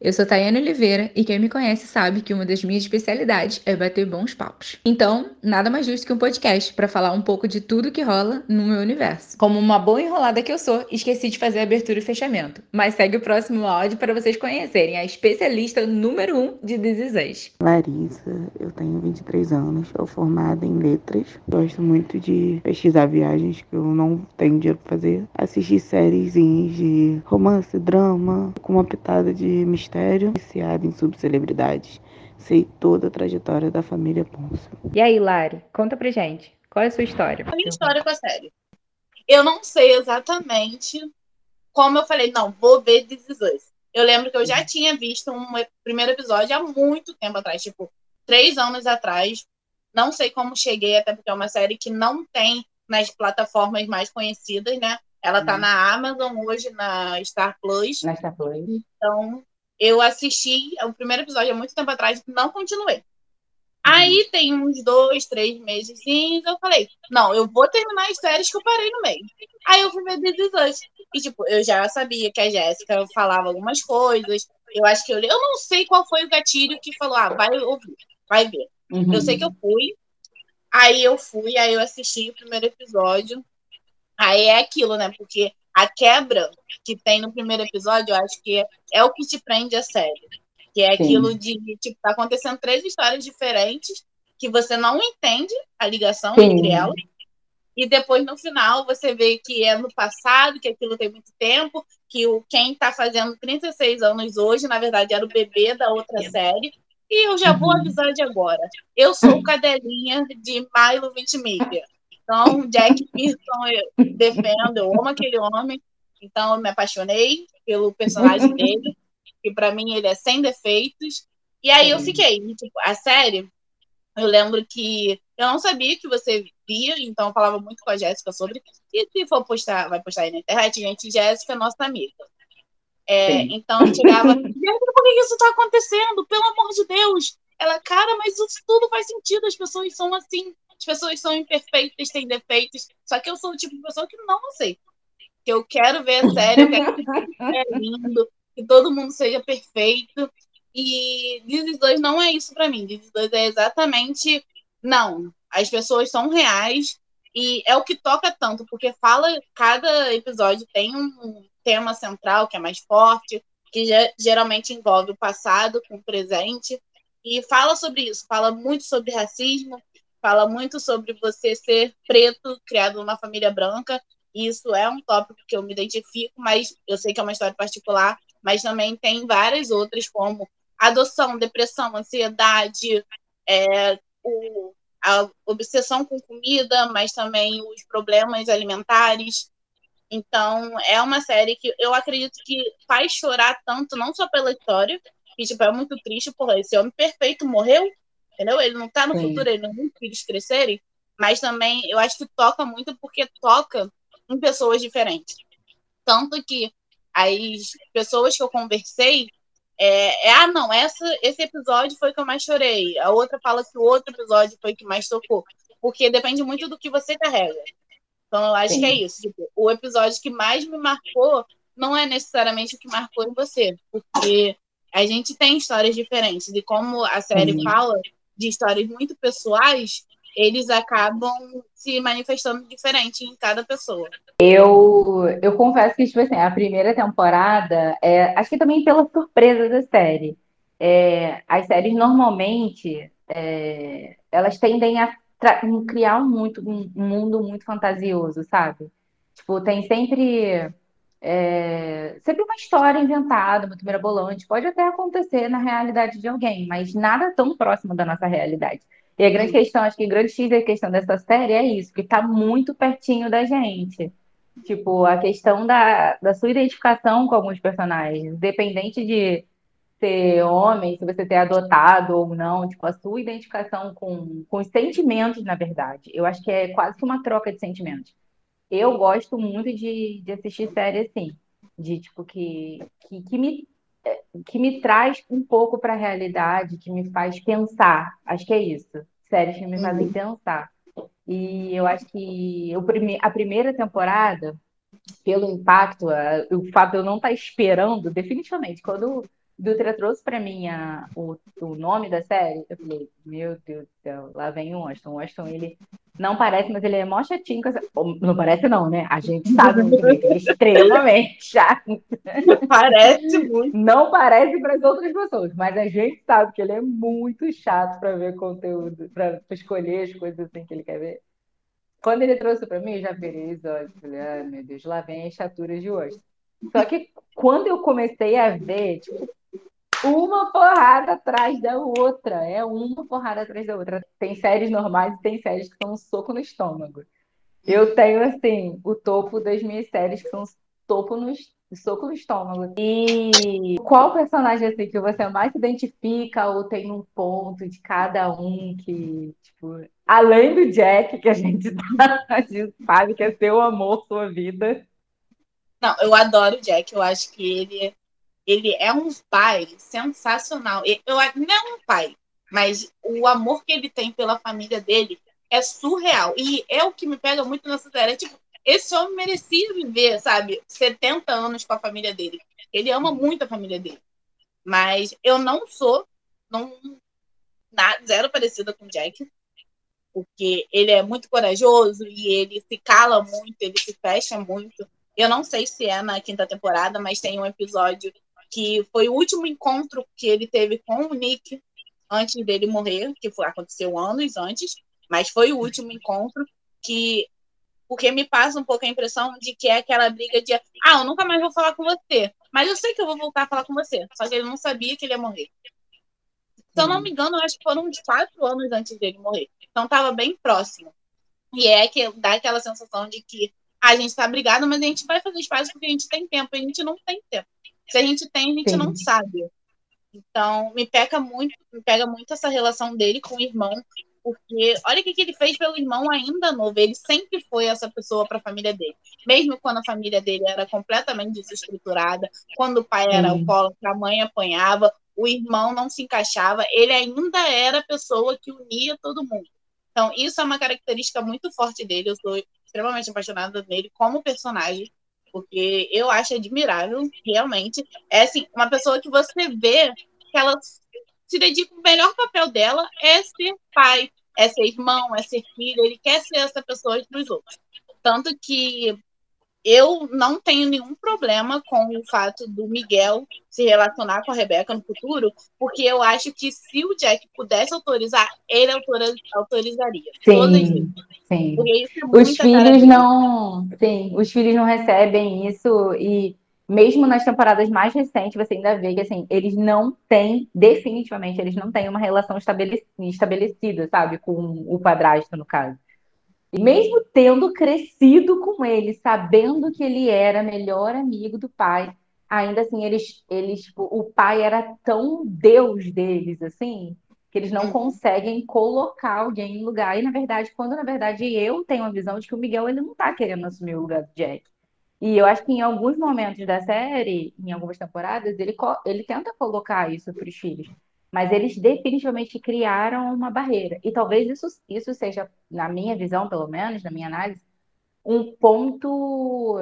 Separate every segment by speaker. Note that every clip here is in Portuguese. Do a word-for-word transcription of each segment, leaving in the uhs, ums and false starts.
Speaker 1: Eu sou Tayane Oliveira e quem me conhece sabe que uma das minhas especialidades é bater bons papos. Então, nada mais justo que um podcast para falar um pouco de tudo que rola no meu universo. Como uma boa enrolada que eu sou, esqueci de fazer a abertura e fechamento. Mas segue o próximo áudio para vocês conhecerem a especialista número um de This Is Us.
Speaker 2: Larissa, eu tenho vinte e três anos, sou formada em letras. Gosto muito de pesquisar viagens que eu não tenho dinheiro para fazer. Assistir séries de romance, drama, com uma pitada de mistério. Viciada em subcelebridades. Sei toda a trajetória da família Ponce.
Speaker 1: E aí, Lari, conta pra gente. Qual é a sua história?
Speaker 3: A minha história com a série. Eu não sei exatamente como eu falei, não, vou ver This Is Us. Eu lembro que eu já tinha visto um primeiro episódio há muito tempo atrás, tipo, três anos atrás. Não sei como cheguei, até porque é uma série que não tem nas plataformas mais conhecidas, né? Ela tá hum. na Amazon hoje, na Star Plus.
Speaker 1: Na Star Plus.
Speaker 3: Então, eu assisti o primeiro episódio há muito tempo atrás e não continuei. Aí tem uns dois, três meses, eu falei, não, eu vou terminar as séries que eu parei no meio. Aí eu fui ver This Is Us. E, tipo, eu já sabia que a Jéssica falava algumas coisas. Eu acho que eu... Eu não sei qual foi o gatilho que falou, ah, vai ouvir, vai ver. Uhum. Eu sei que eu fui. Aí eu fui, aí eu assisti o primeiro episódio. Aí é aquilo, né? Porque a quebra que tem no primeiro episódio, eu acho que é, é o que te prende a série. Que é aquilo Sim. de, tipo, tá acontecendo três histórias diferentes que você não entende a ligação Sim. entre elas. E depois, no final, você vê que é no passado, que aquilo tem muito tempo, que o, quem tá fazendo trinta e seis anos hoje, na verdade, era o bebê da outra série. E eu já uhum. vou avisar de agora. Eu sou cadelinha de Milo Ventimiglia. Então, Jack Pearson eu defendo, eu amo aquele homem. Então, eu me apaixonei pelo personagem dele. Que para mim ele é sem defeitos. E aí Sim. eu fiquei, tipo, a série, eu lembro que eu não sabia que você via, então eu falava muito com a Jéssica sobre, e se for postar, vai postar aí na internet, gente, Jéssica é nossa amiga. É, então eu chegava, por que isso tá acontecendo? Pelo amor de Deus! Ela, cara, mas isso tudo faz sentido, as pessoas são assim, as pessoas são imperfeitas, têm defeitos, só que eu sou o tipo de pessoa que não aceita. Que eu quero ver a série, eu quero que tudo seja lindo, que todo mundo seja perfeito. E This Is Us não é isso para mim. This Is Us é exatamente... Não, as pessoas são reais e é o que toca tanto, porque fala, cada episódio tem um tema central que é mais forte, que geralmente envolve o passado com o presente, e fala sobre isso, fala muito sobre racismo, fala muito sobre você ser preto, criado numa família branca. Isso é um tópico que eu me identifico, mas eu sei que é uma história particular, mas também tem várias outras, como adoção, depressão, ansiedade, é, o, a obsessão com comida, mas também os problemas alimentares. Então, é uma série que eu acredito que faz chorar tanto, não só pela história, que tipo, é muito triste, porra, esse homem perfeito morreu, entendeu? Ele não tá no Sim. futuro, ele não viu os filhos crescerem, mas também eu acho que toca muito porque toca em pessoas diferentes. Tanto que as pessoas que eu conversei, é, é, ah, não, essa, esse episódio foi o que eu mais chorei. A outra fala que o outro episódio foi o que mais tocou. Porque depende muito do que você carrega. Então, eu acho Sim. que é isso. Tipo, o episódio que mais me marcou não é necessariamente o que marcou em você. Porque a gente tem histórias diferentes. E como a série Sim. fala de histórias muito pessoais, eles acabam se manifestando diferente em cada pessoa.
Speaker 1: Eu, eu confesso que, tipo assim, a primeira temporada, é, acho que também pela surpresa da série. É, as séries, normalmente, é, elas tendem a tra- criar um, muito, um mundo muito fantasioso, sabe? Tipo, tem sempre, é, sempre uma história inventada, muito mirabolante. Pode até acontecer na realidade de alguém, mas nada tão próximo da nossa realidade. E a grande questão, acho que a grande X da questão dessa série é isso, que tá muito pertinho da gente. Tipo, a questão da, da sua identificação com alguns personagens, independente de ser homem, se você ter adotado ou não, tipo, a sua identificação com, com os sentimentos, na verdade. Eu acho que é quase que uma troca de sentimentos. Eu gosto muito de, de assistir série assim, de tipo, que, que, que me, que me traz um pouco para a realidade, que me faz pensar. Acho que é isso. Séries que me fazem
Speaker 3: Uhum.
Speaker 1: pensar. E eu acho que o prime a primeira temporada, pelo impacto, a- o fato de eu não estar esperando, definitivamente, quando Dutra trouxe pra mim a, o, o nome da série, eu falei, meu Deus do céu, lá vem o Washington. O Washington, ele não parece, mas ele é mó chatinho com essa... Ou, não parece não, né? A gente sabe muito bem que ele é extremamente chato.
Speaker 3: Parece muito.
Speaker 1: Não parece para as outras pessoas, mas a gente sabe que ele é muito chato para ver conteúdo, para escolher as coisas assim que ele quer ver. Quando ele trouxe para mim, eu já virei os olhos. Falei, ai meu Deus, lá vem as chaturas de hoje. Só que quando eu comecei a ver, tipo, uma porrada atrás da outra. É uma porrada atrás da outra. Tem séries normais e tem séries que são um soco no estômago. Eu tenho, assim, o topo das minhas séries que são topo no es- soco no estômago. E qual personagem, assim, que você mais se identifica ou tem um ponto de cada um que, tipo, além do Jack, que a gente, tá, a gente sabe que é seu amor, sua vida.
Speaker 3: Não, eu adoro o Jack. Eu acho que ele, ele é um pai sensacional. E- Eu, não é um pai, mas o amor que ele tem pela família dele é surreal. E é o que me pega muito nessa série. É, tipo, esse homem merecia viver, sabe, setenta anos com a família dele. Ele ama muito a família dele. Mas eu não sou não, nada, zero parecida com o Jack, porque ele é muito corajoso e ele se cala muito, ele se fecha muito. Eu não sei se é na quinta temporada, mas tem um episódio que foi o último encontro que ele teve com o Nick antes dele morrer, que foi, aconteceu anos antes, mas foi o último encontro que porque me passa um pouco a impressão de que é aquela briga de ah, eu nunca mais vou falar com você, mas eu sei que eu vou voltar a falar com você, só que ele não sabia que ele ia morrer. Se eu não me
Speaker 1: Sim,
Speaker 3: engano, eu acho que foram uns quatro anos antes dele morrer. Então estava bem próximo. E é que dá aquela sensação de que a gente está brigado, mas a gente vai fazer espaço porque a gente tem tempo. A gente não tem tempo. Se a gente tem, a gente não
Speaker 1: sim.
Speaker 3: sabe. Então, me pega muito, me pega muito essa relação dele com o irmão, porque olha o que, que ele fez pelo irmão ainda novo. Ele sempre foi essa pessoa para a família dele. Mesmo quando a família dele era completamente desestruturada, quando o pai era
Speaker 1: Sim.
Speaker 3: alcoólatra, a mãe apanhava, o irmão não se encaixava, ele ainda era a pessoa que unia todo mundo. Então, isso é uma característica muito forte dele. Eu sou extremamente apaixonada nele como personagem, porque eu acho admirável, realmente. É assim, uma pessoa que você vê que ela se dedica, o melhor papel dela é ser pai, é ser irmão, é ser filho, ele quer ser essa pessoa para os outros. Tanto que eu não tenho nenhum problema com o fato do Miguel se relacionar com a Rebeca no futuro, porque eu acho que se o Jack pudesse autorizar, ele autora- autorizaria. Todas as vezes.
Speaker 1: Sim, sim.
Speaker 3: Porque isso é
Speaker 1: Os
Speaker 3: muita cara
Speaker 1: filhos
Speaker 3: dele.
Speaker 1: não, sim, os filhos não recebem isso e mesmo nas temporadas mais recentes você ainda vê que assim, eles não têm, definitivamente, eles não têm uma relação estabele- estabelecida, sabe, com o padrasto no caso. E mesmo tendo crescido com ele, sabendo que ele era melhor amigo do pai, ainda assim eles, eles, tipo, o pai era tão Deus deles, assim, que eles não
Speaker 3: Uhum.
Speaker 1: conseguem colocar alguém em lugar. E na verdade, quando na verdade eu tenho a visão de que o Miguel ele não tá querendo assumir o lugar do Jack. E eu acho que em alguns momentos da série, em algumas temporadas, ele, co- ele tenta colocar isso para os filhos. Mas eles definitivamente criaram uma barreira. E talvez isso, isso seja, na minha visão, pelo menos, na minha análise, um ponto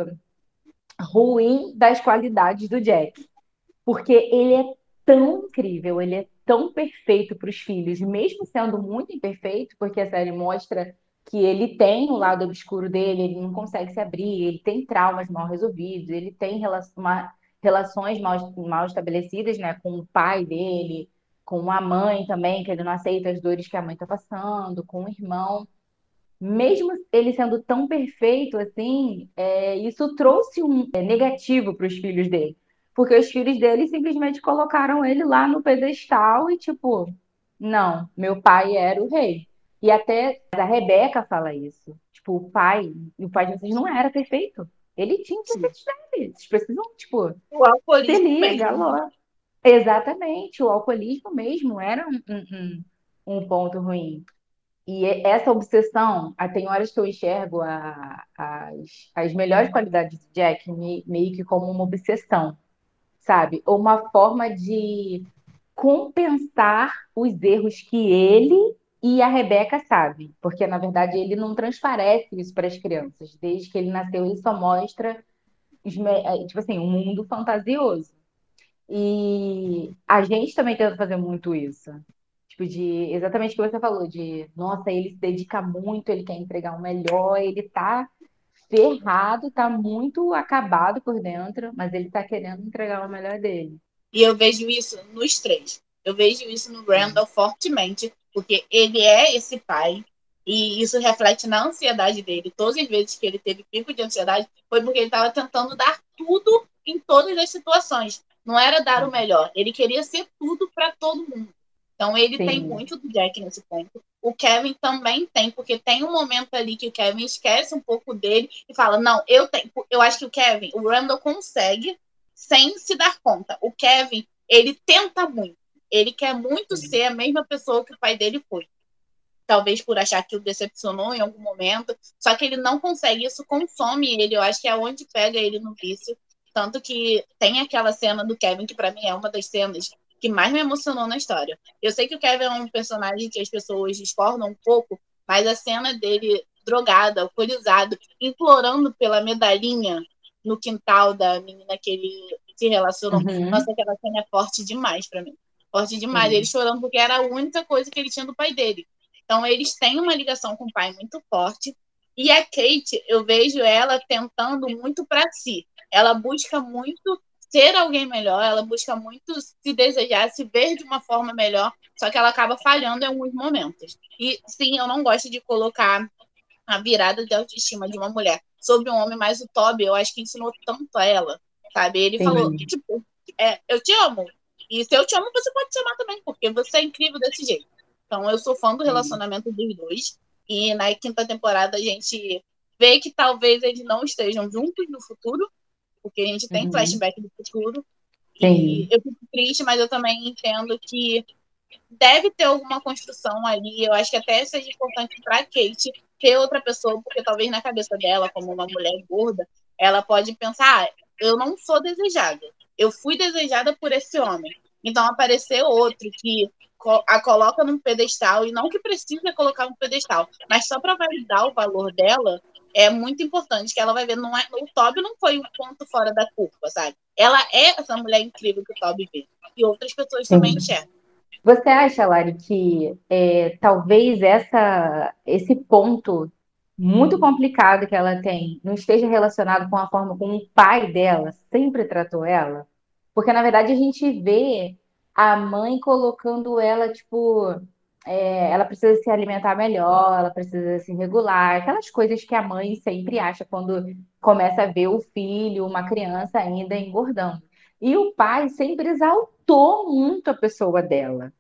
Speaker 1: ruim das qualidades do Jack. Porque ele é tão incrível, ele é tão perfeito para os filhos, mesmo sendo muito imperfeito, porque a série mostra que ele tem o lado obscuro dele, ele não consegue se abrir, ele tem traumas mal resolvidos, ele tem rela- uma- relações mal, mal estabelecidas, né, com o pai dele, com a mãe também, que ele não aceita as dores que a mãe está passando, com o irmão. Mesmo ele sendo tão perfeito assim, é, isso trouxe um é, negativo para os filhos dele. Porque os filhos dele simplesmente colocaram ele lá no pedestal e, tipo, não, meu pai era o rei. E até a Rebeca fala isso. Tipo, o pai, o pai de vocês não era perfeito. Ele tinha os
Speaker 3: Sim.
Speaker 1: defeitos dele. Vocês precisam, tipo,
Speaker 3: O
Speaker 1: se
Speaker 3: alcoolismo
Speaker 1: liga,
Speaker 3: mesmo.
Speaker 1: alô. Exatamente, o alcoolismo mesmo era um, um, um um ponto ruim. E essa obsessão, ah, tem horas que eu enxergo a- as, as melhores qualidades do Jack me- meio que como uma obsessão, sabe? Ou uma forma de compensar os erros que ele e a Rebeca sabem. Porque, na verdade, ele não transparece isso para as crianças. Desde que ele nasceu, ele só mostra, os me- eh, tipo assim, um mundo fantasioso. E a gente também tenta fazer muito isso. Tipo, de exatamente o que você falou, de nossa, ele se dedica muito, ele quer entregar o melhor, ele tá ferrado, tá muito acabado por dentro, mas ele tá querendo entregar o melhor dele.
Speaker 3: E eu vejo isso nos três. Eu vejo isso no Randall fortemente, porque ele é esse pai, e isso reflete na ansiedade dele. Todas as vezes que ele teve pico de ansiedade, foi porque ele estava tentando dar tudo em todas as situações. Não era dar o melhor, ele queria ser tudo para todo mundo. Então ele tem
Speaker 1: Sim.
Speaker 3: muito do Jack nesse ponto. O Kevin também tem, porque tem um momento ali que o Kevin esquece um pouco dele e fala: não, eu tenho. Eu acho que o Kevin, o Randall consegue sem se dar conta. O Kevin, ele tenta muito. Ele quer muito
Speaker 1: Sim.
Speaker 3: ser a mesma pessoa que o pai dele foi. Talvez por achar que o decepcionou em algum momento. Só que ele não consegue. Isso consome ele. Eu acho que é onde pega ele no vício. Tanto que tem aquela cena do Kevin, que para mim é uma das cenas que mais me emocionou na história. Eu sei que o Kevin é um personagem que as pessoas discordam um pouco, mas a cena dele drogado, alcoolizado, implorando pela medalhinha no quintal da menina que ele se relacionou.
Speaker 1: Uhum.
Speaker 3: Nossa, aquela cena é forte demais para mim. Forte demais. Ele
Speaker 1: Sim.
Speaker 3: chorando porque era a única coisa que ele tinha do pai dele. Então, eles têm uma ligação com o pai muito forte. E a Kate, eu vejo ela tentando muito para si. Ela busca muito ser alguém melhor, ela busca muito se desejar, se ver de uma forma melhor, só que ela acaba falhando em alguns momentos. E sim, eu não gosto de colocar a virada de autoestima de uma mulher sobre um homem, mas o Toby, eu acho que ensinou tanto a ela, sabe? Ele falou,
Speaker 1: Sim.
Speaker 3: tipo, é, eu te amo, e se eu te amo, você pode te amar também, porque você é incrível desse jeito. Então, eu sou fã do
Speaker 1: Sim.
Speaker 3: relacionamento dos dois, e na quinta temporada a gente vê que talvez eles não estejam juntos no futuro, porque a gente tem
Speaker 1: Uhum.
Speaker 3: flashback do futuro, e
Speaker 1: Sim.
Speaker 3: eu fico triste, mas eu também entendo que deve ter alguma construção ali. Eu acho que até seja importante para Kate ter outra pessoa, porque talvez na cabeça dela, como uma mulher gorda, ela pode pensar: ah, eu não sou desejada. Eu fui desejada por esse homem. Então aparecer outro que a coloca num pedestal, e não que precisa colocar num pedestal, mas só para validar o valor dela, é muito importante, que ela vai ver, não é, o Toby não foi um ponto fora da curva, sabe? Ela é essa mulher incrível que o Toby vê, e outras pessoas também
Speaker 1: Sim.
Speaker 3: enxergam.
Speaker 1: Você acha, Lari, que é, talvez essa, esse ponto muito complicado que ela tem não esteja relacionado com a forma como o pai dela sempre tratou ela? Porque, na verdade, a gente vê a mãe colocando ela, tipo, é, ela precisa se alimentar melhor, ela precisa se regular, aquelas coisas que a mãe sempre acha quando começa a ver o filho, uma criança ainda engordando. E o pai sempre exaltou muito a pessoa dela,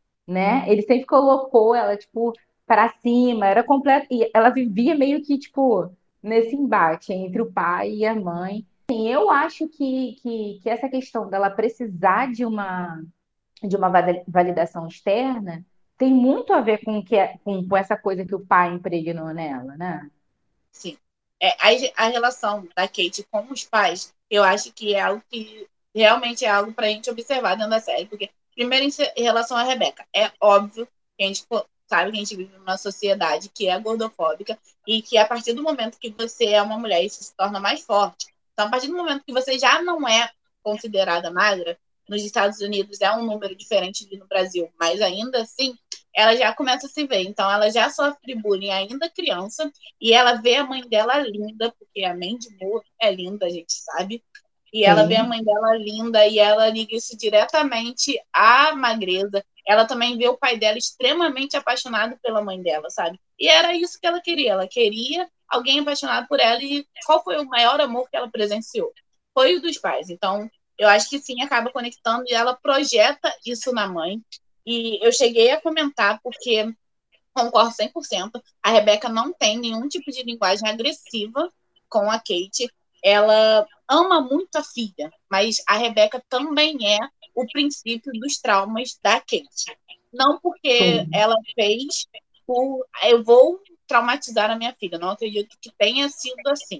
Speaker 1: né? Ele sempre colocou ela, tipo, para cima, era completo. E ela vivia meio que, tipo, nesse embate entre o pai e a mãe. Assim, eu acho que, que, que essa questão dela precisar de uma, de uma validação externa tem muito a ver com, que, com, com essa coisa que o pai impregnou nela, né?
Speaker 3: Sim. É, a, a relação da Kate com os pais, eu acho que é algo que realmente é algo para a gente observar dentro da série. Porque, primeiro, em relação à Rebecca, é óbvio que a gente sabe que a gente vive numa sociedade que é gordofóbica e que a partir do momento que você é uma mulher, isso se torna mais forte. Então, a partir do momento que você já não é considerada magra, nos Estados Unidos é um número diferente de no Brasil, mas ainda assim, ela já começa a se ver. Então, ela já sofre bullying ainda criança, e ela vê a mãe dela linda, porque a Mandy Moore é linda, a gente sabe. E ela vê a
Speaker 1: Sim,
Speaker 3: mãe dela linda e ela liga isso diretamente à magreza. Ela também vê o pai dela extremamente apaixonado pela mãe dela, sabe? E era isso que ela queria. Ela queria alguém apaixonado por ela. E qual foi o maior amor que ela presenciou? Foi o dos pais. Então, eu acho que sim, acaba conectando e ela projeta isso na mãe. E eu cheguei a comentar, porque concordo cem por cento. A Rebeca não tem nenhum tipo de linguagem agressiva com a Kate. Ela ama muito a filha, mas a Rebeca também é o princípio dos traumas da Kate. Não porque
Speaker 1: sim.
Speaker 3: ela fez por eu vou traumatizar a minha filha. Não acredito que tenha sido assim.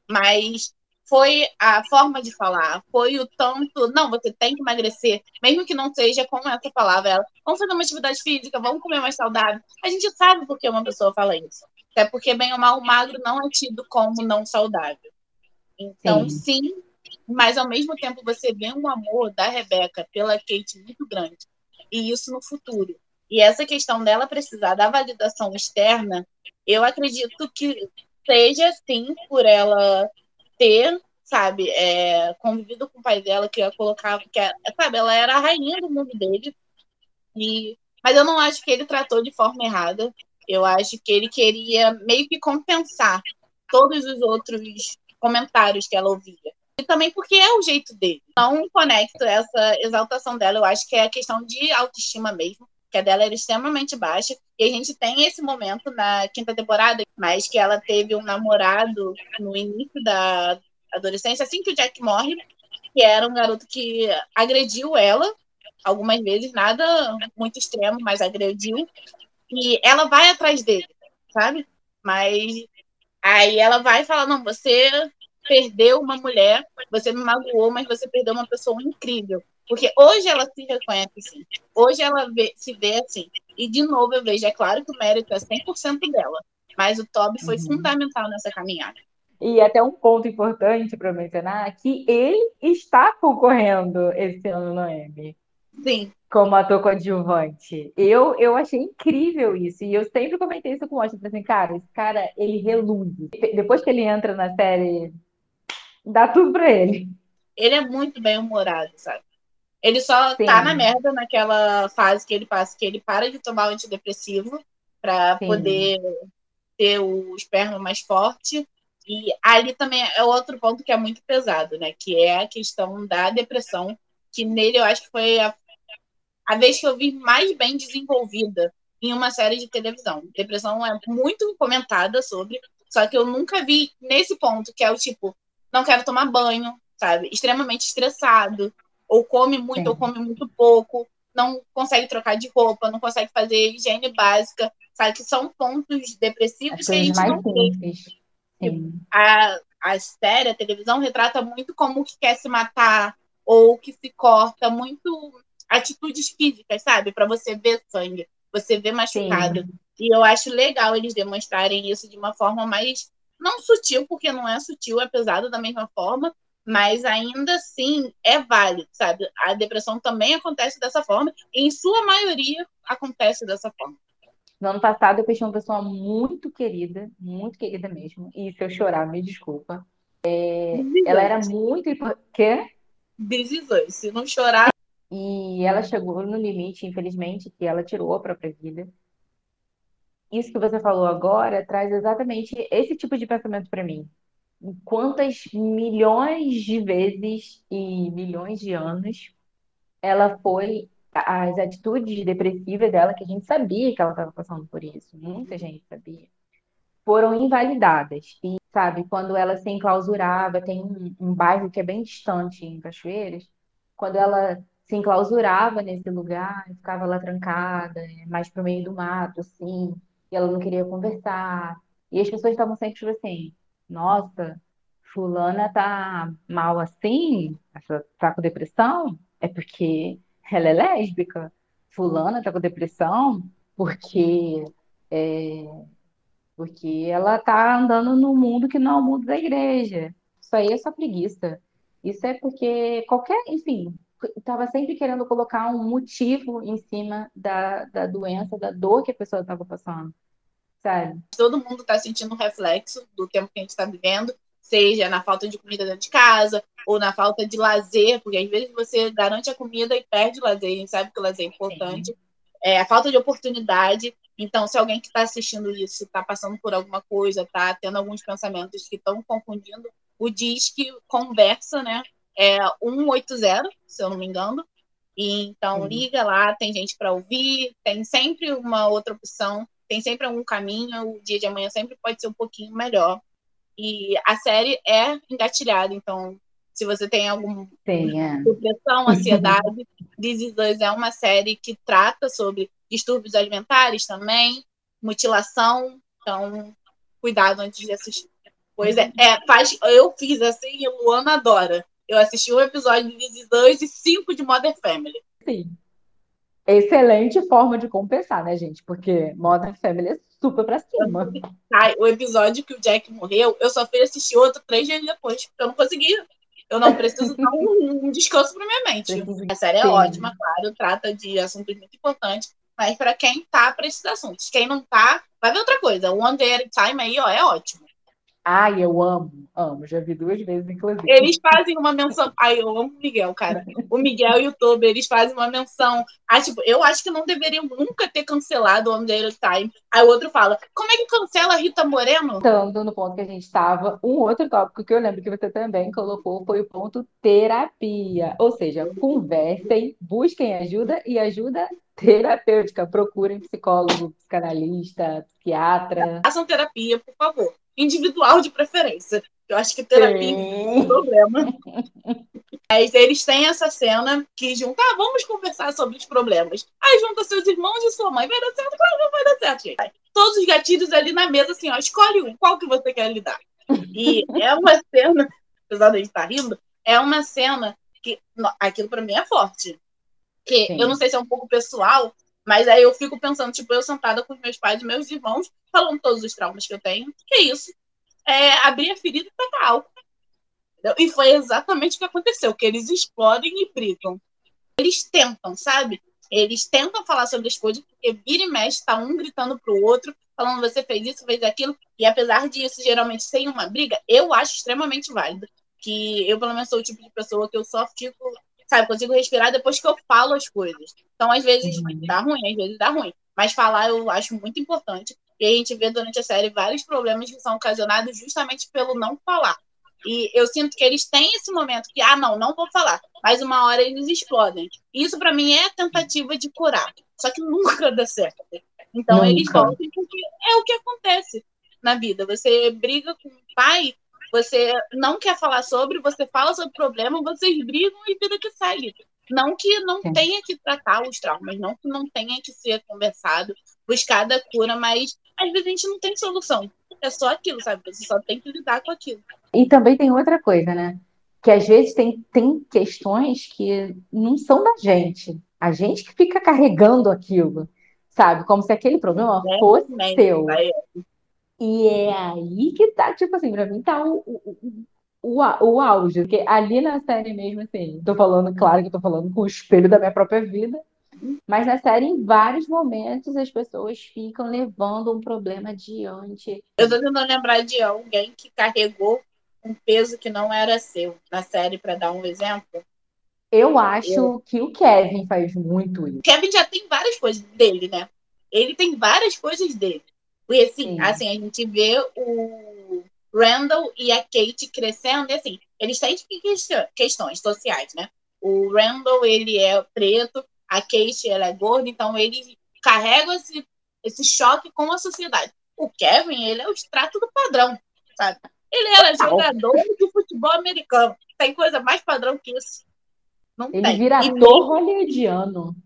Speaker 3: Mas foi a forma de falar, foi o tanto, não, você tem que emagrecer, mesmo que não seja com essa palavra, ela, vamos fazer uma atividade física, vamos comer mais saudável. A gente sabe por que uma pessoa fala isso. Até porque, bem ou mal, o magro não é tido como não saudável. Então,
Speaker 1: Sim.
Speaker 3: sim, mas ao mesmo tempo você vê um amor da Rebecca pela Kate muito grande. E isso no futuro. E essa questão dela precisar da validação externa, eu acredito que seja, sim, por ela ter, sabe, é, convivido com o pai dela, que ia colocar, que, é, sabe, ela era a rainha do mundo dele. E, mas eu não acho que ele tratou de forma errada. Eu acho que ele queria meio que compensar todos os outros comentários que ela ouvia. E também porque é o jeito dele. Não conecto essa exaltação dela. Eu acho que é a questão de autoestima mesmo, que a dela era extremamente baixa. E a gente tem esse momento na quinta temporada, mas que ela teve um namorado no início da adolescência, assim que o Jack morre, que era um garoto que agrediu ela algumas vezes, nada muito extremo, mas agrediu. E ela vai atrás dele, sabe? Mas aí ela vai falar, não, você perdeu uma mulher, você me magoou, mas você perdeu uma pessoa incrível. Porque hoje ela se reconhece assim. Hoje ela vê, se vê assim. E, de novo, eu vejo, é claro que o mérito é cem por cento dela. Mas o Toby foi
Speaker 1: Uhum.
Speaker 3: fundamental nessa caminhada.
Speaker 1: E até um ponto importante para mencionar, que ele está concorrendo esse ano no Emmy.
Speaker 3: Sim.
Speaker 1: Como ator coadjuvante. Eu, eu achei incrível isso. E eu sempre comentei isso com o Washington. Assim, cara, esse cara, ele reluz. Depois que ele entra na série, dá tudo pra ele.
Speaker 3: Ele é muito bem humorado, sabe? Ele só
Speaker 1: Sim.
Speaker 3: tá na merda naquela fase que ele passa, que ele para de tomar o antidepressivo para poder ter o esperma mais forte. E ali também é outro ponto que é muito pesado, né? Que é a questão da depressão, que nele eu acho que foi a, a vez que eu vi mais bem desenvolvida em uma série de televisão. Depressão é muito comentada sobre, só que eu nunca vi nesse ponto, que é o tipo, não quero tomar banho, sabe? Extremamente estressado, ou come muito,
Speaker 1: Sim.
Speaker 3: ou come muito pouco, não consegue trocar de roupa, não consegue fazer higiene básica, sabe? Que são pontos depressivos
Speaker 1: As
Speaker 3: que a
Speaker 1: coisas
Speaker 3: gente
Speaker 1: mais
Speaker 3: não vê.
Speaker 1: simples. Sim.
Speaker 3: A, a série, a televisão, retrata muito como o que quer se matar, ou que se corta, muito atitudes físicas, sabe? Para você ver sangue, você ver machucado.
Speaker 1: Sim.
Speaker 3: E eu acho legal eles demonstrarem isso de uma forma mais, não sutil, porque não é sutil, é pesado da mesma forma, mas ainda assim é válido, sabe? A depressão também acontece dessa forma, e em sua maioria acontece dessa forma.
Speaker 1: No ano passado eu perdi uma pessoa muito querida, muito querida mesmo. E se eu chorar, me desculpa. É, ela era muito importante.
Speaker 3: Decisões. Se não chorar.
Speaker 1: E ela chegou no limite, infelizmente, que ela tirou a própria vida. Isso que você falou agora traz exatamente esse tipo de pensamento para mim. Quantas milhões de vezes e milhões de anos ela foi, as atitudes depressivas dela, que a gente sabia que ela estava passando por isso, muita gente sabia, foram invalidadas. E, sabe, quando ela se enclausurava, tem um, um bairro que é bem distante em Cachoeiras, quando ela se enclausurava nesse lugar, ficava lá trancada, mais pro meio do mato, assim, e ela não queria conversar. E as pessoas estavam sempre tipo assim, nossa, fulana tá mal assim, essa tá com depressão, é porque ela é lésbica. Fulana tá com depressão porque é, porque ela tá andando no mundo que não é o mundo da igreja. Isso aí é só preguiça. Isso é porque qualquer, enfim, estava sempre querendo colocar um motivo em cima da, da doença, da dor que a pessoa estava passando, sabe?
Speaker 3: Todo mundo está sentindo um reflexo do tempo que a gente está vivendo, seja na falta de comida dentro de casa, ou na falta de lazer, porque às vezes você garante a comida e perde o lazer, a gente sabe que o lazer é importante. É, a falta de oportunidade. Então, se alguém que está assistindo isso está passando por alguma coisa, está tendo alguns pensamentos que estão confundindo, o Disque conversa, né? É cento e oitenta, se eu não me engano. E, então,
Speaker 1: Sim.
Speaker 3: liga lá, tem gente para ouvir, tem sempre uma outra opção, tem sempre algum caminho, o dia de amanhã sempre pode ser um pouquinho melhor. E a série é engatilhada, então, se você tem alguma
Speaker 1: Sim, é.
Speaker 3: depressão, ansiedade, This Is Us é uma série que trata sobre distúrbios alimentares também, mutilação, então, cuidado antes de assistir. Pois é, é faz, eu fiz assim e Luana adora. Eu assisti um episódio de This Is Us e cinco de Modern Family.
Speaker 1: Sim. Excelente forma de compensar, né, gente? Porque Modern Family é super pra cima.
Speaker 3: Ai, o episódio que o Jack morreu, eu só fui assistir outro três dias depois, porque eu não conseguia. eu não preciso dar um, um descanso para minha mente. A série é ótima, claro, trata de assuntos muito importantes, mas para quem tá para esses assuntos. Quem não tá, vai ver outra coisa. O One Day at a Time aí, ó, é ótimo.
Speaker 1: Ai, eu amo, amo. Já vi duas vezes, inclusive.
Speaker 3: Eles fazem uma menção. Ai, eu amo o Miguel, cara. O Miguel e o Toby, eles fazem uma menção. Ah, tipo, eu acho que não deveriam nunca ter cancelado o One Day at a Time. Aí o outro fala, como é que cancela a Rita Moreno?
Speaker 1: Estando no ponto que a gente estava, um outro tópico que eu lembro que você também colocou foi o ponto terapia. Ou seja, conversem, busquem ajuda e ajuda terapêutica. Procurem psicólogo, psicanalista, psiquiatra.
Speaker 3: Façam terapia, por favor. Individual de preferência. Eu acho que terapia é um problema. Mas eles têm essa cena que junta, ah, vamos conversar sobre os problemas. Aí junta seus irmãos e sua mãe. Vai dar certo? Claro, não vai dar certo, gente. Todos os gatilhos ali na mesa, assim, ó, escolhe um, qual que você quer lidar. E é uma cena, apesar de a gente estar rindo, é uma cena que, aquilo pra mim é forte. Que Sim. Eu não sei se é um pouco pessoal, mas aí eu fico pensando, tipo, eu sentada com os meus pais e meus irmãos, falando todos os traumas que eu tenho. Que é isso? É abrir a ferida e tacar álcool. E foi exatamente o que aconteceu, que eles explodem e brigam. Eles tentam, sabe? Eles tentam falar sobre as coisas, porque vira e mexe, tá um gritando pro outro, falando você fez isso, fez aquilo, e apesar disso, geralmente, sem uma briga, eu acho extremamente válido. Que eu, pelo menos, sou o tipo de pessoa que eu só fico, sabe, consigo respirar depois que eu falo as coisas. Então, às vezes, uhum. dá ruim, às vezes dá ruim. Mas falar eu acho muito importante. E a gente vê durante a série vários problemas que são ocasionados justamente pelo não falar. E eu sinto que eles têm esse momento que, ah, não, não vou falar. Mas uma hora eles explodem. E isso, para mim, é a tentativa de curar. Só que nunca dá certo. Então, nunca. Eles voltam porque é o que acontece na vida. Você briga com o pai, você não quer falar sobre, você fala sobre o problema, vocês brigam e vida que segue. Não que não Sim. tenha que tratar os traumas, não que não tenha que ser conversado, buscar da cura, mas às vezes a gente não tem solução. É só aquilo, sabe? Você só tem que lidar com aquilo.
Speaker 1: E também tem outra coisa, né? Que às vezes tem, tem questões que não são da gente. A gente que fica carregando aquilo, sabe? Como se aquele problema é, fosse é, seu. É. E é aí que tá, tipo assim, pra mim tá o, o, o, o auge. Porque ali na série mesmo, assim, tô falando, claro que eu tô falando com o espelho da minha própria vida, mas na série, em vários momentos, as pessoas ficam levando um problema adiante.
Speaker 3: Eu tô tentando lembrar de alguém que carregou um peso que não era seu na série, para dar um exemplo.
Speaker 1: Eu acho eu... que o Kevin faz muito isso.
Speaker 3: O Kevin já tem várias coisas dele, né? Ele tem várias coisas dele. E assim, assim, a gente vê o Randall e a Kate crescendo, e assim, eles têm questões sociais, né? O Randall, ele é preto, a Kate, ela é gorda, então ele carrega esse, esse choque com a sociedade. O Kevin, ele é o extrato do padrão, sabe? Ele era jogador de futebol americano. Tem coisa mais padrão que isso? Não
Speaker 1: ele
Speaker 3: tem.
Speaker 1: vira ator hollywoodiano.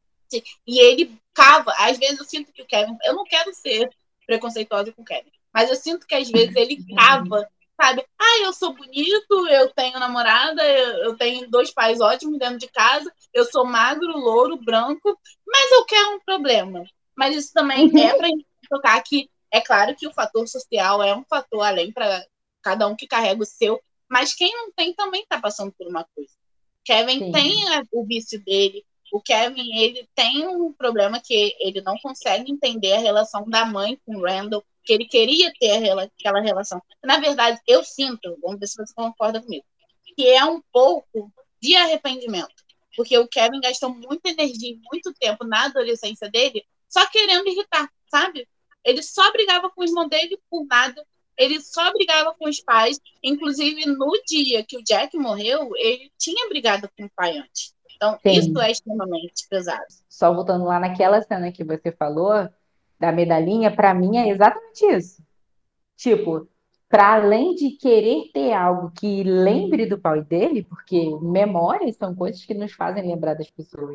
Speaker 3: E ele cava. Às vezes eu sinto que o Kevin... Eu não quero ser preconceituosa com o Kevin, mas eu sinto que às vezes ele cava, sabe? Ah, eu sou bonito, eu tenho namorada, eu, eu tenho dois pais ótimos dentro de casa, eu sou magro, louro, branco, mas eu quero um problema. Mas isso também uhum. é pra gente tocar que é claro que o fator social é um fator além para cada um que carrega o seu, mas quem não tem também está passando por uma coisa. Kevin Sim. tem o vício dele, o Kevin ele tem um problema que ele não consegue entender a relação da mãe com o Randall, que ele queria ter aquela relação. Na verdade, eu sinto, vamos ver se você concorda comigo, que é um pouco de arrependimento, porque o Kevin gastou muita energia e muito tempo na adolescência dele só querendo irritar, sabe? Ele só brigava com o irmão dele por nada, ele só brigava com os pais. Inclusive, no dia que o Jack morreu, ele tinha brigado com o pai antes. Então, Sim. isso é extremamente pesado.
Speaker 1: Só voltando lá naquela cena que você falou, da medalhinha, para mim é exatamente isso. Tipo, para além de querer ter algo que lembre do pai dele, porque memórias são coisas que nos fazem lembrar das pessoas,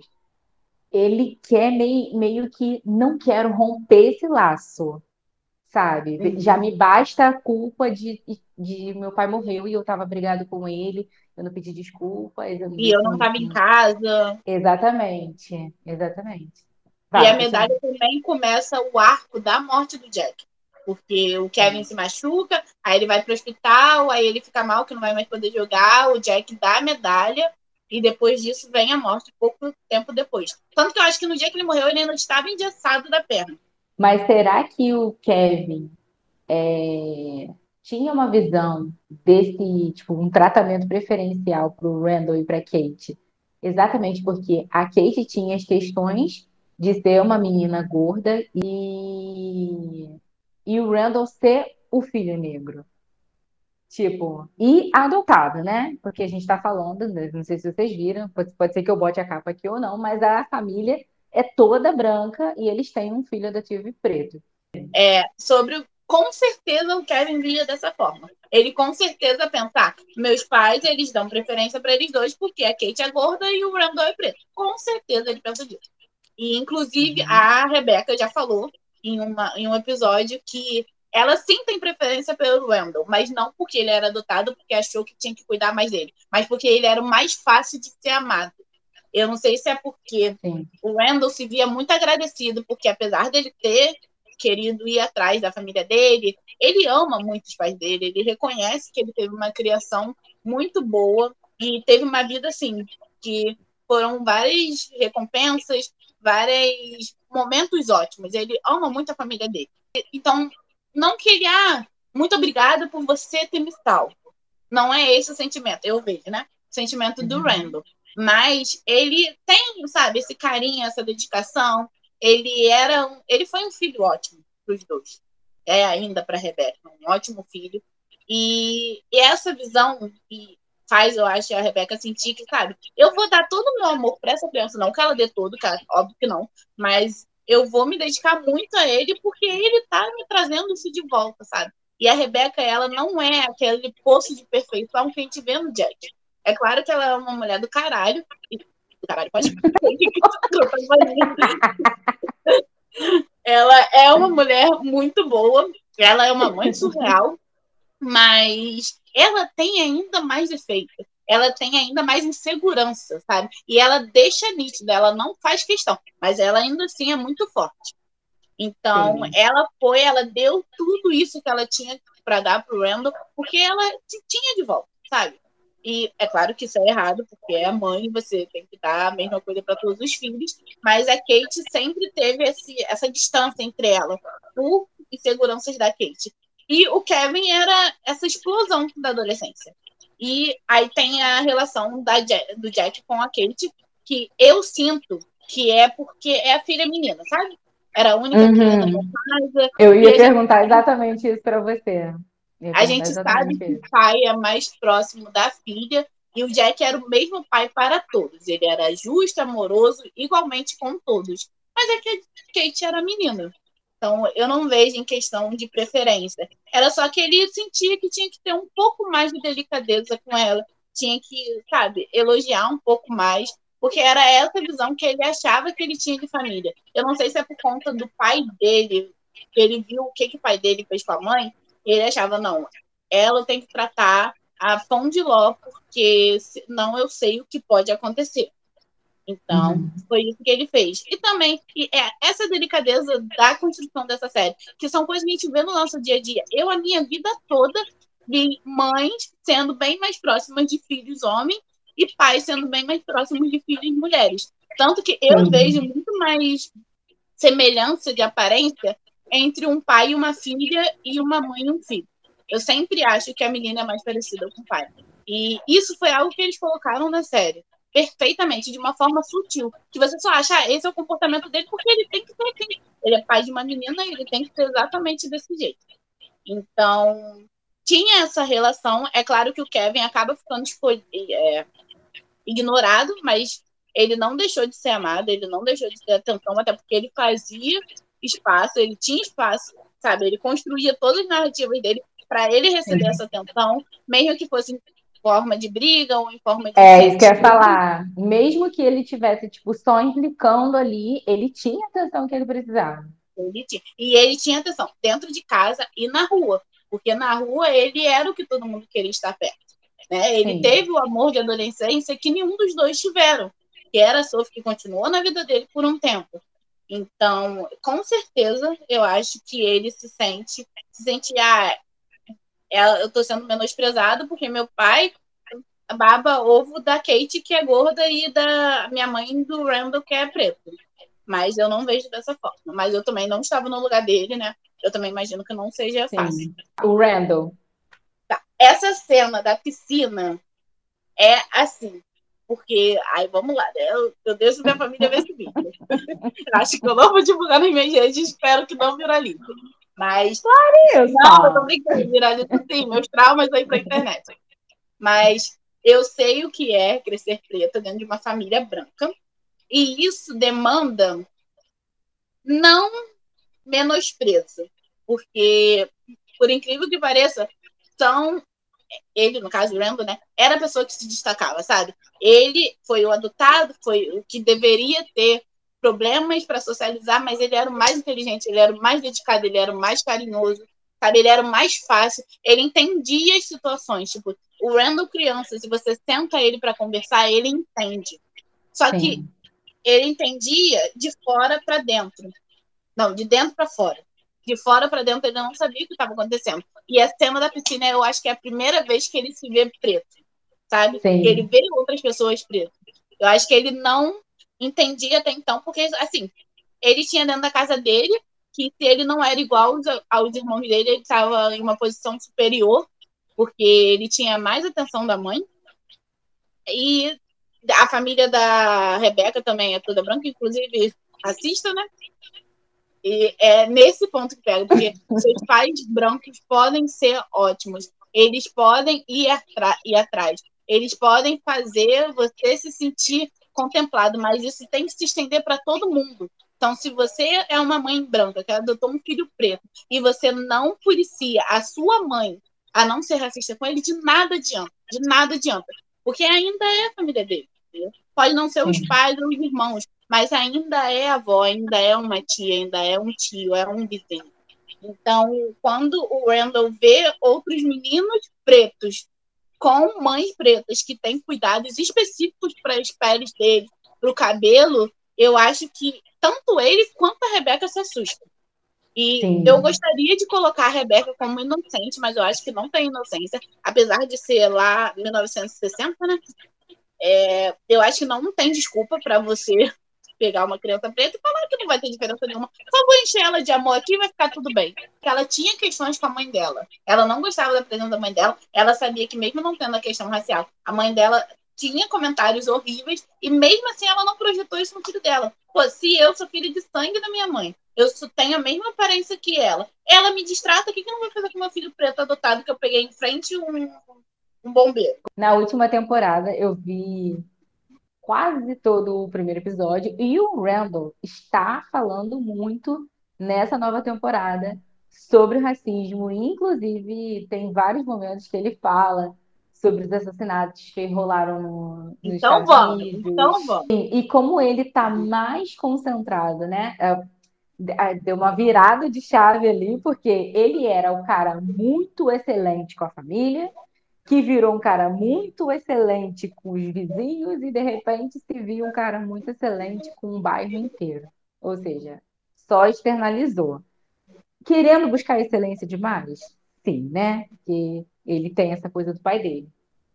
Speaker 1: ele quer meio, meio que não quero romper esse laço. Sabe? Uhum. Já me basta a culpa de, de meu pai morreu e eu tava brigado com ele, eu não pedi desculpas. Eu
Speaker 3: e eu não tava em casa.
Speaker 1: Exatamente, exatamente.
Speaker 3: Vai, e a medalha você... também começa o arco da morte do Jack. Porque o Kevin se machuca, aí ele vai pro hospital, aí ele fica mal que não vai mais poder jogar, o Jack dá a medalha, e depois disso vem a morte, pouco tempo depois. Tanto que eu acho que no dia que ele morreu, ele ainda estava engessado da perna.
Speaker 1: Mas será que o Kevin é, tinha uma visão desse, tipo, um tratamento preferencial para o Randall e para Kate? Exatamente porque a Kate tinha as questões de ser uma menina gorda e, e o Randall ser o filho negro. Tipo, e adotado, né? Porque a gente tá falando, né, não sei se vocês viram, pode, pode ser que eu bote a capa aqui ou não, mas a família é toda branca e eles têm um filho adotivo preto.
Speaker 3: É, sobre, com certeza o Kevin via dessa forma. Ele com certeza pensa, ah, meus pais, eles dão preferência para eles dois, porque a Kate é gorda e o Randall é preto. Com certeza ele pensa disso. E, inclusive,
Speaker 1: Uhum.
Speaker 3: a Rebecca já falou em, uma, em um episódio que ela sim tem preferência pelo Randall, mas não porque ele era adotado, porque achou que tinha que cuidar mais dele, mas porque ele era o mais fácil de ser amado. Eu não sei se é porque
Speaker 1: Sim.
Speaker 3: o Randall se via muito agradecido, porque apesar dele ter querido ir atrás da família dele, ele ama muito os pais dele, ele reconhece que ele teve uma criação muito boa e teve uma vida assim, que foram várias recompensas, vários momentos ótimos. Ele ama muito a família dele. Então, não que ele, ah, muito obrigada por você ter me salvo. Não é esse o sentimento, eu vejo, né? O sentimento do
Speaker 1: Uhum.
Speaker 3: Randall. Mas ele tem, sabe, esse carinho, essa dedicação. Ele era, um, ele foi um filho ótimo para os dois. É ainda para a Rebecca, um ótimo filho. E, e essa visão que faz, eu acho, a Rebecca sentir que, sabe, eu vou dar todo o meu amor para essa criança, não que ela dê todo, cara, óbvio que não, mas eu vou me dedicar muito a ele porque ele tá me trazendo isso de volta, sabe? E a Rebecca, ela não é aquele poço de perfeição que a gente vê no Jack. É claro que ela é uma mulher do caralho. E, do caralho, pode Ela é uma mulher muito boa. Ela é uma mãe surreal. Mas ela tem ainda mais defeito. Ela tem ainda mais insegurança, sabe? E ela deixa nítido, ela não faz questão. Mas ela ainda assim é muito forte. Então,
Speaker 1: Sim.
Speaker 3: ela foi, ela deu tudo isso que ela tinha para dar pro Randall, porque ela tinha de volta, sabe? E é claro que isso é errado, porque é a mãe, você tem que dar a mesma coisa para todos os filhos, mas a Kate sempre teve esse, essa distância entre ela, por inseguranças da Kate. E o Kevin era essa explosão da adolescência. E aí tem a relação da Jack, do Jack com a Kate, que eu sinto que é porque é a filha menina, sabe? Era a única
Speaker 1: uhum.
Speaker 3: menina da casa.
Speaker 1: Eu ia
Speaker 3: e
Speaker 1: perguntar gente, exatamente isso para você.
Speaker 3: A gente sabe que o pai é mais próximo da filha e o Jack era o mesmo pai para todos. Ele era justo, amoroso, igualmente com todos. Mas é que a Kate era menina. Então, eu não vejo em questão de preferência. Era só que ele sentia que tinha que ter um pouco mais de delicadeza com ela. Tinha que, sabe, elogiar um pouco mais. Porque era essa visão que ele achava que ele tinha de família. Eu não sei se é por conta do pai dele, que ele viu o que, que o pai dele fez com a mãe, e ele achava, não, ela tem que tratar a pão de ló, porque senão eu sei o que pode acontecer. Então, uhum. foi isso que ele fez. E também, e é essa delicadeza da construção dessa série, que são coisas que a gente vê no nosso dia a dia. Eu, a minha vida toda, vi mães sendo bem mais próximas de filhos homens e pais sendo bem mais próximos de filhos mulheres. Tanto que eu uhum. vejo muito mais semelhança de aparência entre um pai e uma filha e uma mãe e um filho. Eu sempre acho que a menina é mais parecida com o pai. E isso foi algo que eles colocaram na série. Perfeitamente, de uma forma sutil. Que você só acha, ah, esse é o comportamento dele porque ele tem que ser assim. Ele é pai de uma menina e ele tem que ser exatamente desse jeito. Então, tinha essa relação. É claro que o Kevin acaba ficando é, ignorado, mas ele não deixou de ser amado, ele não deixou de ter atenção, até porque ele fazia espaço, ele tinha espaço, sabe? Ele construía todas as narrativas dele para ele receber uhum. essa atenção, mesmo que fosse em forma de briga ou em forma de...
Speaker 1: É, isso que eu ia falar. Mesmo que ele tivesse, tipo, só implicando ali, ele tinha a atenção que ele precisava.
Speaker 3: Ele tinha. E ele tinha atenção dentro de casa e na rua, porque na rua ele era o que todo mundo queria estar perto. Né? Ele Sim. teve o amor de adolescência que nenhum dos dois tiveram, que era a Sophie, que continuou na vida dele por um tempo. Então, com certeza, eu acho que ele se sente, se sente, ah, eu tô sendo menosprezado porque meu pai baba ovo da Kate, que é gorda, e da minha mãe do Randall, que é preto. Mas eu não vejo dessa forma. Mas eu também não estava no lugar dele, né? Eu também imagino que não seja fácil.
Speaker 1: Sim. O Randall.
Speaker 3: Tá. Essa cena da piscina é assim. Porque, ai, vamos lá, né? Eu, eu deixo minha família ver esse vídeo. Acho que eu não vou divulgar nas minhas redes, espero que não viralize. Mas. Não, eu tô brincando, viraliza sim, meus traumas aí pra internet. Mas eu sei o que é crescer preta dentro de uma família branca. E isso demanda não menosprezo. Porque, por incrível que pareça, são ele, no caso, o Randall, né, era a pessoa que se destacava, sabe? Ele foi o adotado, foi o que deveria ter problemas para socializar, mas ele era o mais inteligente, ele era o mais dedicado, ele era o mais carinhoso, sabe? Ele era o mais fácil, ele entendia as situações. Tipo, o Randall criança, se você senta ele para conversar, ele entende. Só
Speaker 1: Sim.
Speaker 3: que ele entendia de fora para dentro. Não, de dentro para fora. De fora para dentro, ele não sabia o que estava acontecendo. E a cena da piscina, eu acho que é a primeira vez que ele se vê preto, sabe?
Speaker 1: Sim.
Speaker 3: Que ele vê outras pessoas pretas. Eu acho que ele não entendia até então, porque, assim, ele tinha dentro da casa dele que se ele não era igual aos, aos irmãos dele, ele estava em uma posição superior, porque ele tinha mais atenção da mãe. E a família da Rebeca também é toda branca, inclusive racista, né? E é nesse ponto que pega, porque seus pais brancos podem ser ótimos, eles podem ir, ir atrás, eles podem fazer você se sentir contemplado, mas isso tem que se estender para todo mundo. Então, se você é uma mãe branca que adotou um filho preto e você não policia a sua mãe a não ser racista com ele, de nada adianta, de nada adianta, porque ainda é a família dele. Entendeu? Pode não ser os pais ou os irmãos, mas ainda é avó, ainda é uma tia, ainda é um tio, é um vizinho. Então, quando o Randall vê outros meninos pretos com mães pretas que têm cuidados específicos para as peles deles, para o cabelo, eu acho que tanto ele quanto a Rebeca se assustam. E Sim. eu gostaria de colocar a Rebeca como inocente, mas eu acho que não tem inocência, apesar de ser lá mil novecentos e sessenta, né? É, eu acho que não tem desculpa para você pegar uma criança preta e falar que não vai ter diferença nenhuma. Só vou encher ela de amor aqui e vai ficar tudo bem. Porque ela tinha questões com a mãe dela. Ela não gostava da presença da mãe dela. Ela sabia que mesmo não tendo a questão racial, a mãe dela tinha comentários horríveis e mesmo assim ela não projetou isso no filho dela. Pô, se eu sou filha de sangue da minha mãe, eu tenho a mesma aparência que ela, ela me distrata, o que, que não vai fazer com meu filho preto adotado que eu peguei em frente um, um bombeiro?
Speaker 1: Na última temporada eu vi quase todo o primeiro episódio e o Randall está falando muito nessa nova temporada sobre o racismo. Inclusive, tem vários momentos que ele fala sobre os assassinatos que rolaram no, nos
Speaker 3: então
Speaker 1: Estados
Speaker 3: vamos,
Speaker 1: Unidos.
Speaker 3: Então vamos.
Speaker 1: E, e como ele está mais concentrado, né? Deu uma virada de chave ali, porque ele era um cara muito excelente com a família, que virou um cara muito excelente com os vizinhos e de repente se viu um cara muito excelente com o bairro inteiro. Ou seja, só externalizou. Querendo buscar excelência demais? Sim, né? Porque ele tem essa coisa do pai dele.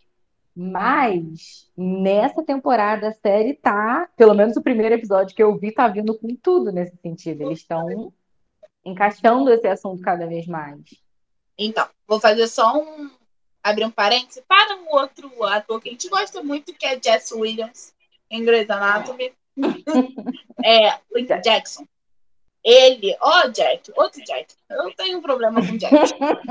Speaker 1: Mas nessa temporada a série tá, pelo menos o primeiro episódio que eu vi, tá vindo com tudo nesse sentido. Eles estão encaixando esse assunto cada vez mais.
Speaker 3: Então, vou fazer só um. Abrir um parênteses para um outro ator que a gente gosta muito, que é Jesse Williams, em Grey's Anatomy. é, Link Jackson. Ele, ó, oh, Jack, outro Jack. Eu tenho um problema com Jack.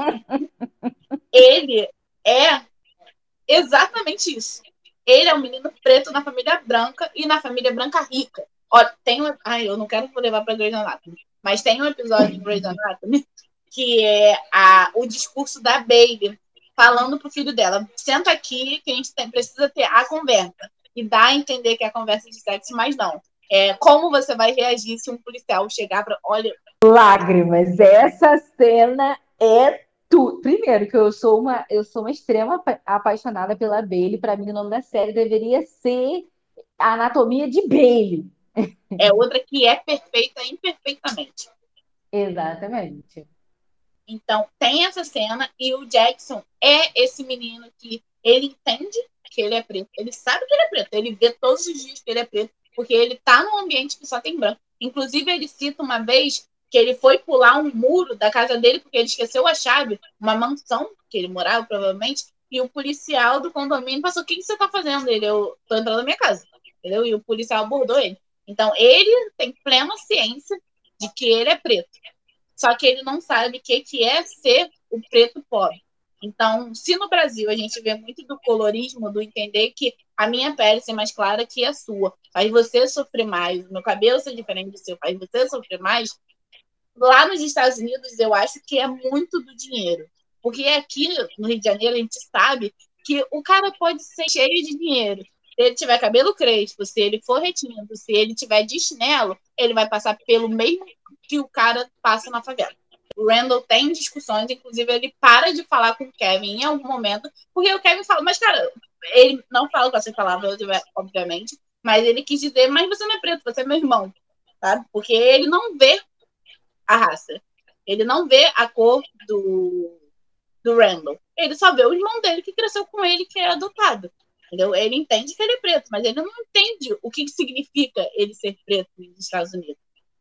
Speaker 3: Ele é exatamente isso. Ele é um menino preto na família branca e na família branca rica. Olha, tem um. Ai, eu não quero levar para Grey's Anatomy, mas tem um episódio de Grey's Anatomy que é a, o discurso da Bailey falando pro filho dela: senta aqui que a gente tem, precisa ter a conversa. E dá a entender que é a conversa de sexo, mas não. É, como você vai reagir se um policial chegar para. Olha.
Speaker 1: Lágrimas. Essa cena é tudo. Primeiro, que eu sou uma, eu sou uma extrema apaixonada pela Bailey. Para mim, o nome da série deveria ser A Anatomia de Bailey.
Speaker 3: é outra que é perfeita imperfeitamente.
Speaker 1: Exatamente.
Speaker 3: Então, tem essa cena e o Jackson é esse menino que ele entende que ele é preto. Ele sabe que ele é preto. Ele vê todos os dias que ele é preto, porque ele tá num ambiente que só tem branco. Inclusive, ele cita uma vez que ele foi pular um muro da casa dele porque ele esqueceu a chave, uma mansão que ele morava, provavelmente, e o policial do condomínio passou: o que, que você tá fazendo? Ele: eu tô entrando na minha casa. Entendeu? E o policial abordou ele. Então, ele tem plena ciência de que ele é preto. Só que ele não sabe o que, que é ser o preto pobre. Então, se no Brasil a gente vê muito do colorismo, do entender que a minha pele ser mais clara que a sua, faz você sofrer mais, o meu cabelo ser diferente do seu, faz você sofrer mais, lá nos Estados Unidos eu acho que é muito do dinheiro. Porque aqui no Rio de Janeiro a gente sabe que o cara pode ser cheio de dinheiro. Se ele tiver cabelo crespo, se ele for retinto, se ele tiver de chinelo, ele vai passar pelo mesmo que o cara passa na favela. O Randall tem discussões, inclusive ele para de falar com o Kevin em algum momento, porque o Kevin fala: mas cara, ele não fala com essa palavra, obviamente, mas ele quis dizer: mas você não é preto, você é meu irmão, sabe? Porque ele não vê a raça, ele não vê a cor do, do Randall, ele só vê o irmão dele que cresceu com ele, que é adotado. Entendeu? Ele entende que ele é preto, mas ele não entende o que significa ele ser preto nos Estados Unidos.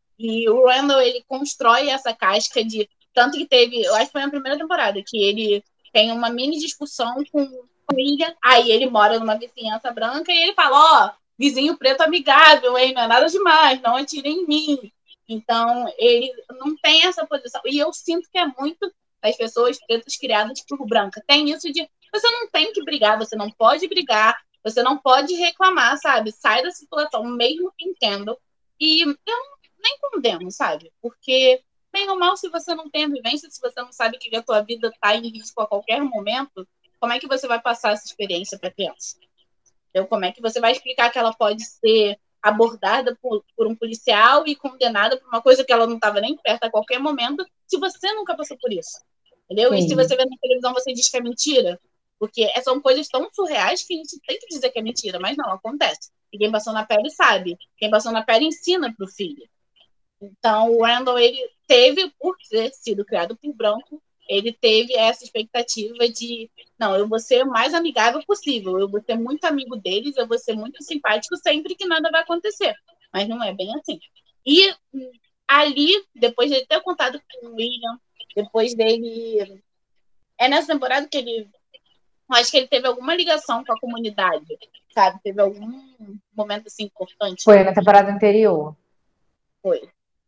Speaker 3: E o Randall, ele constrói essa casca de... Tanto que teve, eu acho que foi na primeira temporada, que ele tem uma mini discussão com a família, aí ele mora numa vizinhança branca, e ele fala: ó, oh, vizinho preto amigável, hein? Não é nada demais, não atirem em mim. Então, ele não tem essa posição. E eu sinto que é muito das pessoas pretas criadas por branca. Tem isso de, você não tem que brigar, você não pode brigar, você não pode reclamar, sabe? Sai da situação, mesmo que entendam. E eu nem condeno, sabe? Porque, bem ou mal, se você não tem a vivência, se você não sabe que a tua vida está em risco a qualquer momento, como é que você vai passar essa experiência para a criança? Então, como é que você vai explicar que ela pode ser abordada por, por um policial e condenada por uma coisa que ela não estava nem perto a qualquer momento, se você nunca passou por isso? Entendeu? Sim. E se você vê na televisão, você diz que é mentira? Porque são coisas tão surreais que a gente tem que dizer que é mentira, mas não, acontece. E quem passou na pele sabe. Quem passou na pele ensina para o filho. Então, o Randall, ele teve, por ter sido criado por branco, ele teve essa expectativa de, não, eu vou ser o mais amigável possível, eu vou ser muito amigo deles, eu vou ser muito simpático sempre que nada vai acontecer. Mas não é bem assim. E ali, depois de ele ter contado com o William, depois dele... É nessa temporada que ele... Eu acho que ele teve alguma ligação com a comunidade, sabe? Teve algum momento, assim, importante.
Speaker 1: Foi na temporada anterior.
Speaker 3: Foi.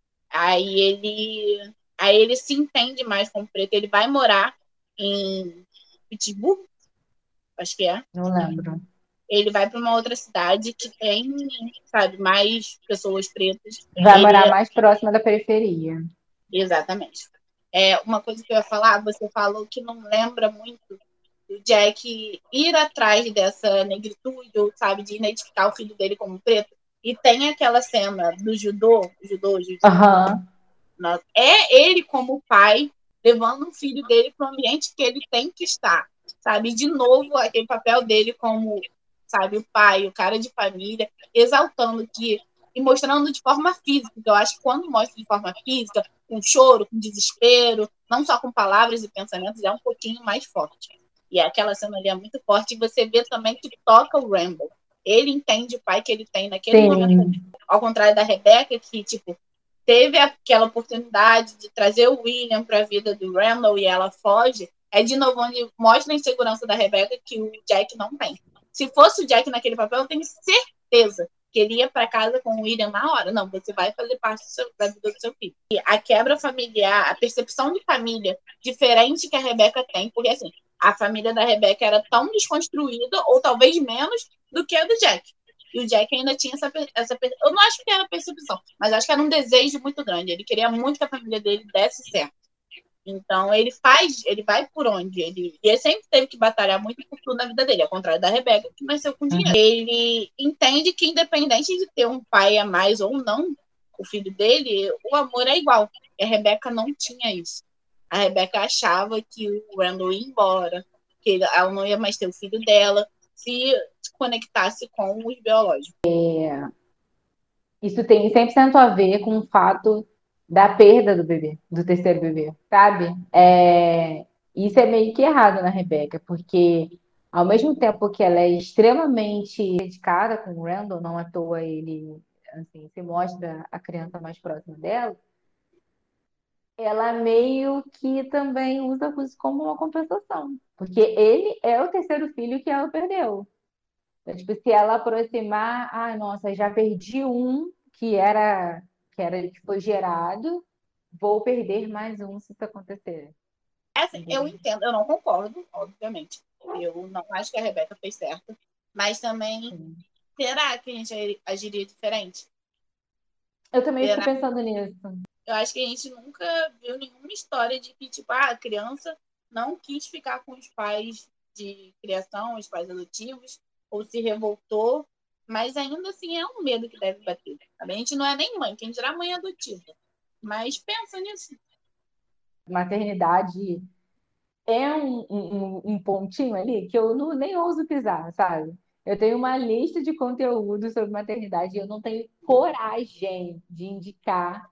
Speaker 3: Aí ele, aí ele se entende mais como preto. Ele vai morar em Pittsburgh, acho que é.
Speaker 1: Não lembro.
Speaker 3: Ele vai para uma outra cidade que tem, sabe, mais pessoas pretas.
Speaker 1: Vai
Speaker 3: ele...
Speaker 1: morar mais próxima da periferia.
Speaker 3: Exatamente. É, uma coisa que eu ia falar, você falou que não lembra muito do Jack ir atrás dessa negritude, ou, sabe, de identificar o filho dele como preto. E tem aquela cena do judô, judô, judô.
Speaker 1: Aham.
Speaker 3: É ele como pai levando o filho dele para o ambiente que ele tem que estar, sabe? De novo, aquele papel dele como, sabe, o pai, o cara de família, exaltando que e mostrando de forma física. Eu acho que quando mostra de forma física, com choro, com desespero, não só com palavras e pensamentos, é um pouquinho mais forte. E aquela cena ali é muito forte, e você vê também que toca o Randall. Ele entende o pai que ele tem naquele Sim. momento. Ao contrário da Rebecca, que, tipo, teve aquela oportunidade de trazer o William para a vida do Randall e ela foge, é de novo onde mostra a insegurança da Rebecca que o Jack não tem. Se fosse o Jack naquele papel, eu tenho certeza que ele ia para casa com o William na hora. Não, você vai fazer parte do seu, da vida do seu filho. E a quebra familiar, a percepção de família diferente que a Rebecca tem, porque assim, a família da Rebecca era tão desconstruída, ou talvez menos, do que a do Jack. E o Jack ainda tinha essa, essa... Eu não acho que era percepção, mas acho que era um desejo muito grande. Ele queria muito que a família dele desse certo. Então, ele faz, ele vai por onde? Ele, e ele sempre teve que batalhar muito por tudo na vida dele, ao contrário da Rebecca, que nasceu com dinheiro. Uhum. Ele entende que, independente de ter um pai a mais ou não, o filho dele, o amor é igual. E a Rebecca não tinha isso. A Rebecca achava que o Randall ia embora, que ela não ia mais ter o filho dela, se conectasse com os biológicos.
Speaker 1: É... isso tem cem por cento a ver com o fato da perda do bebê, do terceiro bebê, sabe? É, isso é meio que errado na Rebeca, porque ao mesmo tempo que ela é extremamente dedicada com o Randall, não à toa ele assim, se mostra a criança mais próxima dela, ela meio que também usa isso como uma compensação, porque ele é o terceiro filho que ela perdeu. Então, tipo, se ela aproximar, ai, nossa, já perdi um que era que era que foi gerado, vou perder mais um se isso acontecer.
Speaker 3: É assim, eu
Speaker 1: Entendeu?
Speaker 3: entendo, eu não concordo, obviamente. Eu não acho que a Rebeca fez certo, mas também,
Speaker 1: Sim.
Speaker 3: será que a gente agiria diferente?
Speaker 1: Eu também fico
Speaker 3: Será?
Speaker 1: pensando nisso.
Speaker 3: Eu acho que a gente nunca viu nenhuma história de que, tipo, ah, a criança não quis ficar com os pais de criação, os pais adotivos, ou se revoltou, mas ainda assim é um medo que deve bater. A gente não é nem mãe, quem dirá mãe adotiva. Mas pensa nisso.
Speaker 1: Maternidade é um, um, um pontinho ali que eu não, nem ouso pisar, sabe? Eu tenho uma lista de conteúdo sobre maternidade e eu não tenho coragem de indicar,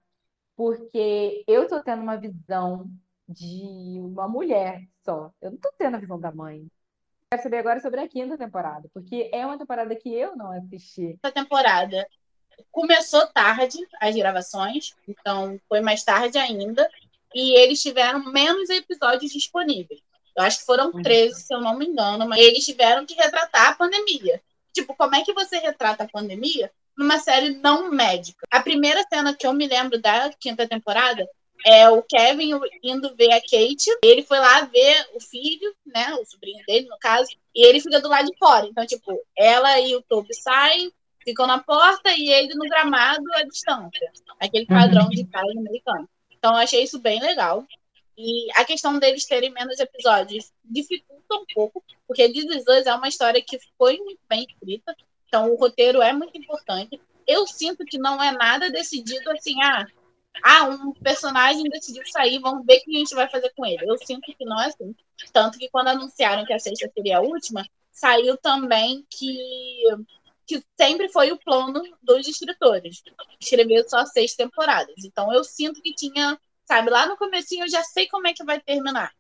Speaker 1: porque eu tô tendo uma visão de uma mulher só. Eu não tô tendo a visão da mãe. Quero saber agora sobre a quinta temporada, porque é uma temporada que eu não assisti.
Speaker 3: Essa temporada começou tarde as gravações, então foi mais tarde ainda, e eles tiveram menos episódios disponíveis. Eu acho que foram treze, se eu não me engano, mas eles tiveram que retratar a pandemia. Tipo, como é que você retrata a pandemia numa série não médica? A primeira cena que eu me lembro da quinta temporada é o Kevin indo ver a Kate. Ele foi lá ver o filho, né, o sobrinho dele, no caso, e ele fica do lado de fora. Então, tipo, ela e o Toby saem, ficam na porta e ele no gramado à distância. Aquele padrão de
Speaker 1: Uhum.
Speaker 3: casa americano. Então, eu achei isso bem legal. E a questão deles terem menos episódios dificulta um pouco, porque This Is Us é uma história que foi muito bem escrita, então o roteiro é muito importante. Eu sinto que não é nada decidido assim, ah, ah, um personagem decidiu sair, vamos ver o que a gente vai fazer com ele. Eu sinto que não é assim. Tanto que quando anunciaram que a sexta seria a última, saiu também que, que sempre foi o plano dos escritores, escrever só seis temporadas. Então eu sinto que tinha, sabe, lá no comecinho eu já sei como é que vai terminar.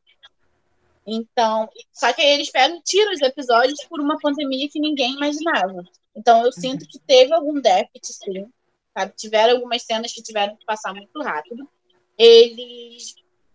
Speaker 3: Então, só que aí eles pegam, tiram os episódios por uma pandemia que ninguém imaginava. Então eu sinto que teve algum déficit, sim. Sabe? Tiveram algumas cenas que tiveram que passar muito rápido. Eles,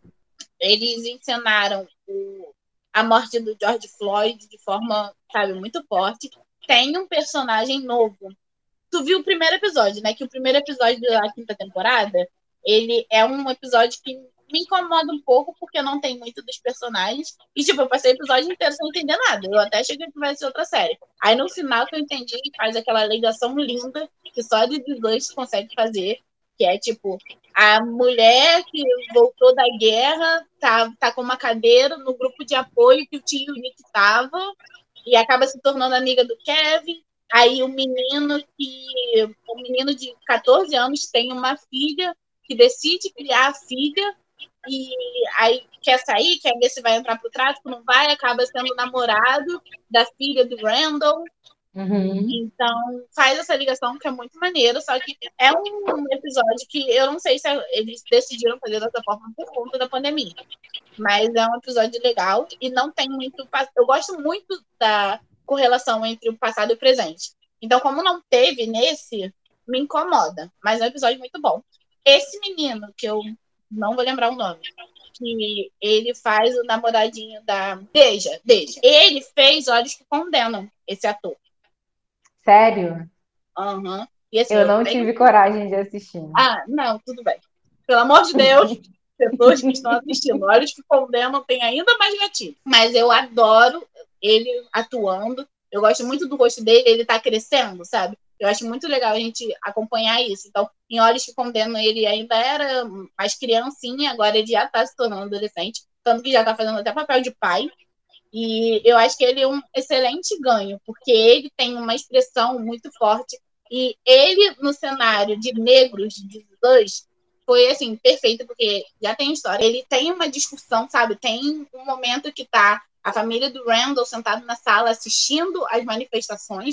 Speaker 3: eles encenaram o, a morte do George Floyd de forma, sabe, muito forte. Tem um personagem novo. Tu viu o primeiro episódio, né? Que o primeiro episódio da quinta temporada, ele é um episódio que me incomoda um pouco, porque não tem muito dos personagens. E, tipo, eu passei o episódio inteiro sem entender nada. Eu até cheguei que vai ser outra série. Aí, no final, que eu entendi, faz aquela ligação linda que só a Disney dois consegue fazer, que é, tipo, a mulher que voltou da guerra tá, tá com uma cadeira no grupo de apoio que o tio Nick tava e acaba se tornando amiga do Kevin. Aí o menino que o menino de catorze anos tem uma filha que decide criar a filha e aí quer sair, quer ver se vai entrar pro tráfico, não vai, acaba sendo namorado da filha do Randall.
Speaker 1: Uhum.
Speaker 3: Então faz essa ligação que é muito maneiro, só que é um episódio que eu não sei se eles decidiram fazer dessa forma por conta da pandemia, mas é um episódio legal e não tem muito. Eu gosto muito da correlação entre o passado e o presente. Então, como não teve nesse, me incomoda. Mas é um episódio muito bom. Esse menino, que eu não vou lembrar o nome, que ele faz o namoradinho da Deja, Deja. Ele fez Olhos que Condenam, esse ator.
Speaker 1: Sério?
Speaker 3: Uhum. E assim,
Speaker 1: Eu
Speaker 3: eu
Speaker 1: não
Speaker 3: tenho.
Speaker 1: tive coragem de assistir.
Speaker 3: Ah, não, tudo bem. Pelo amor de Deus, pessoas que estão assistindo, Olhos que Condenam tem ainda mais gatilho. Mas eu adoro ele atuando. Eu gosto muito do rosto dele, ele tá crescendo, sabe? Eu acho muito legal a gente acompanhar isso. Então, em Olhos que Condenam, ele ainda era mais criancinha, agora ele já tá se tornando adolescente, tanto que já tá fazendo até papel de pai. E eu acho que ele é um excelente ganho, porque ele tem uma expressão muito forte. E ele, no cenário de negros de dois, foi, assim, perfeito, porque já tem história. Ele tem uma discussão, sabe? Tem um momento que tá a família do Randall sentado na sala assistindo às manifestações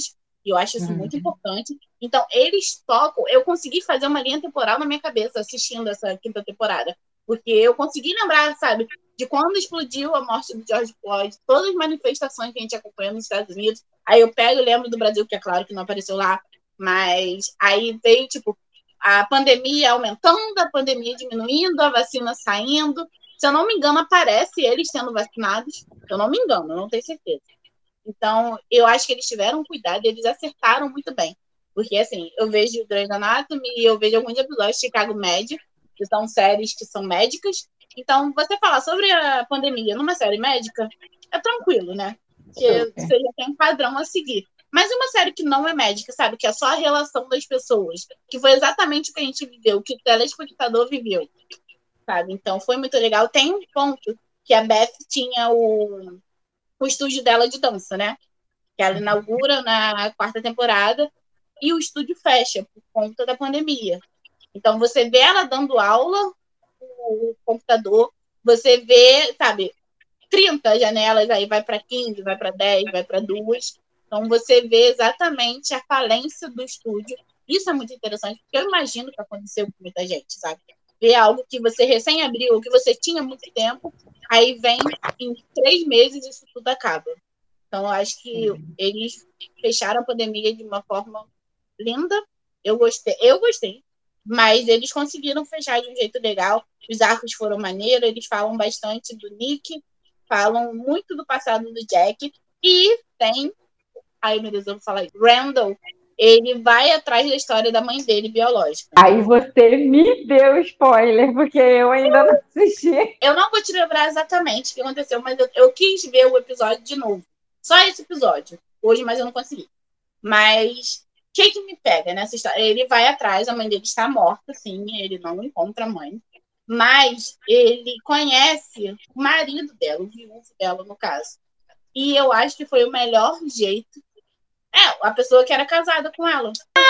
Speaker 3: E eu acho isso
Speaker 1: Uhum.
Speaker 3: muito importante. Então, eles tocam... Eu consegui fazer uma linha temporal na minha cabeça assistindo essa quinta temporada. Porque eu consegui lembrar, sabe, de quando explodiu a morte do George Floyd, todas as manifestações que a gente acompanhou nos Estados Unidos. Aí eu pego e lembro do Brasil, que é claro que não apareceu lá, mas aí veio, tipo, a pandemia aumentando, a pandemia diminuindo, a vacina saindo. Se eu não me engano, aparece eles sendo vacinados. Se eu não me engano, eu não tenho certeza. Então, eu acho que eles tiveram cuidado, eles acertaram muito bem. Porque, assim, eu vejo Grey's Anatomy e eu vejo alguns episódios de Chicago Med, que são séries que são médicas. Então, você falar sobre a pandemia numa série médica é tranquilo, né? Porque
Speaker 1: Super.
Speaker 3: você já tem um padrão a seguir. Mas uma série que não é médica, sabe? Que é só a relação das pessoas. Que foi exatamente o que a gente viveu, o que o telespectador viveu, sabe? Então, foi muito legal. Tem um ponto que a Beth tinha o, o estúdio dela de dança, né? Que ela inaugura na quarta temporada e o estúdio fecha por conta da pandemia. Então, você vê ela dando aula no computador, você vê, sabe, trinta janelas, aí vai para quinze, vai para dez, vai para duas. Então, você vê exatamente a falência do estúdio. Isso é muito interessante, porque eu imagino que aconteceu com muita gente, sabe? Ver algo que você recém abriu, que você tinha muito tempo, aí vem em três meses isso tudo acaba. Então, eu acho que eles fecharam a pandemia de uma forma linda. Eu gostei, eu gostei. Mas eles conseguiram fechar de um jeito legal. Os arcos foram maneiros, eles falam bastante do Nick, falam muito do passado do Jack. E tem, ai meu Deus, eu vou falar isso, Randall, ele vai atrás da história da mãe dele biológica.
Speaker 1: Aí você me deu spoiler, porque eu ainda não assisti.
Speaker 3: Eu não vou te lembrar exatamente o que aconteceu, mas eu, eu quis ver o episódio de novo. Só esse episódio. Hoje, mas eu não consegui. Mas o que, que me pega nessa história? Ele vai atrás, a mãe dele está morta, sim, ele não encontra a mãe. Mas ele conhece o marido dela, o viúvo dela, no caso. E eu acho que foi o melhor jeito. É, a pessoa que era casada com ela.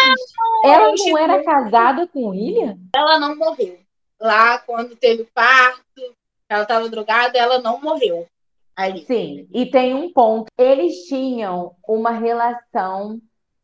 Speaker 1: Ela não era casada com o William?
Speaker 3: Ela não morreu. Lá, quando teve parto, ela estava drogada, ela não morreu ali.
Speaker 1: Sim, e tem um ponto. Eles tinham uma relação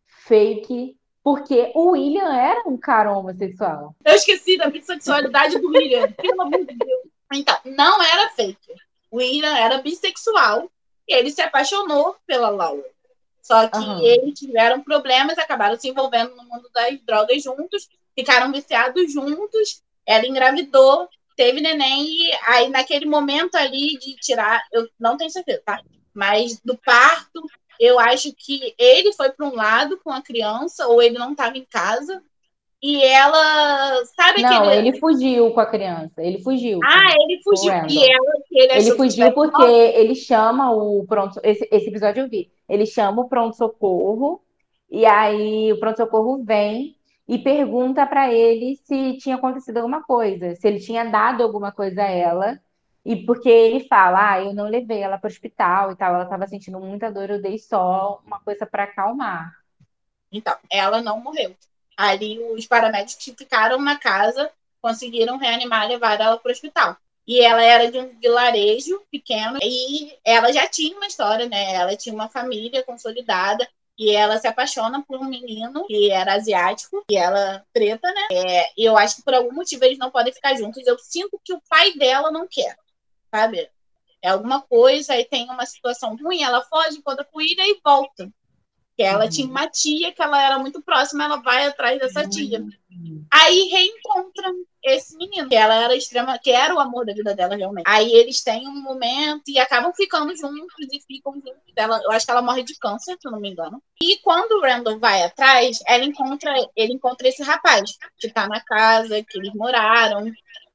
Speaker 1: fake, porque o William era um cara homossexual.
Speaker 3: Eu esqueci da bissexualidade do William. Pelo amor de Deus. Então, não era fake. O William era bissexual e ele se apaixonou pela Laura. Só que
Speaker 1: Aham.
Speaker 3: eles tiveram problemas, acabaram se envolvendo no mundo das drogas juntos, ficaram viciados juntos, ela engravidou, teve neném, e aí naquele momento ali de tirar, eu não tenho certeza, tá? Mas do parto, eu acho que ele foi para um lado com a criança, ou ele não estava em casa, e ela, sabe
Speaker 1: Não,
Speaker 3: aquele...
Speaker 1: ele fugiu com a criança. Ele fugiu
Speaker 3: Ah,
Speaker 1: com,
Speaker 3: ele
Speaker 1: com o
Speaker 3: fugiu. E
Speaker 1: Randall.
Speaker 3: ela, que ele
Speaker 1: Ele
Speaker 3: achou que
Speaker 1: fugiu
Speaker 3: tivesse
Speaker 1: porque
Speaker 3: morto.
Speaker 1: ele chama o pronto. Esse, esse episódio eu vi. Ele chama o pronto-socorro e aí o pronto-socorro vem e pergunta para ele se tinha acontecido alguma coisa, se ele tinha dado alguma coisa a ela. E porque ele fala, ah, eu não levei ela para o hospital e tal, ela estava sentindo muita dor, eu dei só uma coisa para acalmar.
Speaker 3: Então, ela não morreu. Ali, os paramédicos que ficaram na casa conseguiram reanimar e levar ela para o hospital. E ela era de um vilarejo pequeno e ela já tinha uma história, né? Ela tinha uma família consolidada e ela se apaixona por um menino que era asiático e ela treta, né? É, e eu acho que por algum motivo eles não podem ficar juntos. Eu sinto que o pai dela não quer, sabe? É alguma coisa, aí tem uma situação ruim, ela foge, encontra com ele e volta. Que ela tinha uma tia que ela era muito próxima, ela vai atrás dessa tia. Aí reencontram esse menino, que ela era extrema, que era o amor da vida dela realmente. Aí eles têm um momento e acabam ficando juntos e ficam juntos. Ela, eu acho que ela morre de câncer, se eu não me engano. E quando o Randall vai atrás, ela encontra, ele encontra esse rapaz que tá na casa, que eles moraram.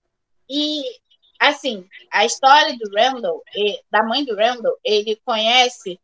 Speaker 3: E assim, a história do Randall, da mãe do Randall, ele conhece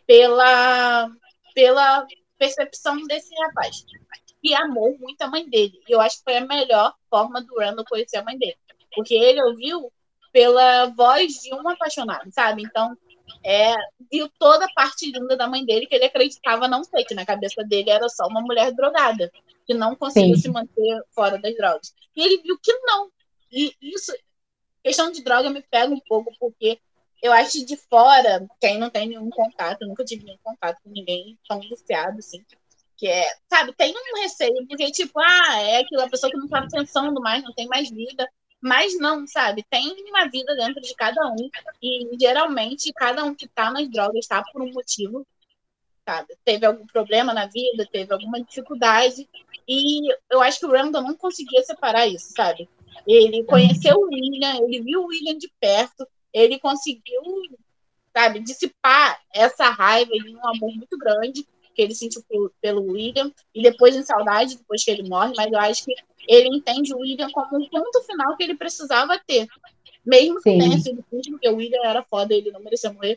Speaker 3: pela pela percepção desse rapaz, que amou muito a mãe dele. E eu acho que foi a melhor forma do Randall conhecer a mãe dele. Porque ele ouviu pela voz de um apaixonado, sabe? Então, é, viu toda a parte linda da mãe dele que ele acreditava não ser, que na cabeça dele era só uma mulher drogada, que não conseguiu
Speaker 1: Sim.
Speaker 3: se manter fora das drogas. E ele viu que não. E isso, questão de droga me pega um pouco, porque eu acho de fora, quem não tem nenhum contato, eu nunca tive nenhum contato com ninguém tão viciado, assim. Que é, sabe, tem um receio, porque, tipo, ah, é aquela pessoa que não tá pensando mais, não tem mais vida. Mas não, sabe? Tem uma vida dentro de cada um. E, geralmente, cada um que tá nas drogas tá por um motivo, sabe? Teve algum problema na vida, teve alguma dificuldade. E eu acho que o Randall não conseguia separar isso, sabe? Ele conheceu o William, ele viu o William de perto, ele conseguiu, sabe, dissipar essa raiva em um amor muito grande que ele sentiu pelo, pelo William, e depois em saudade, depois que ele morre, mas eu acho que ele entende o William como um ponto final que ele precisava ter. Mesmo que tenha
Speaker 1: Sim,
Speaker 3: sido triste, porque o William era foda, ele não merecia morrer,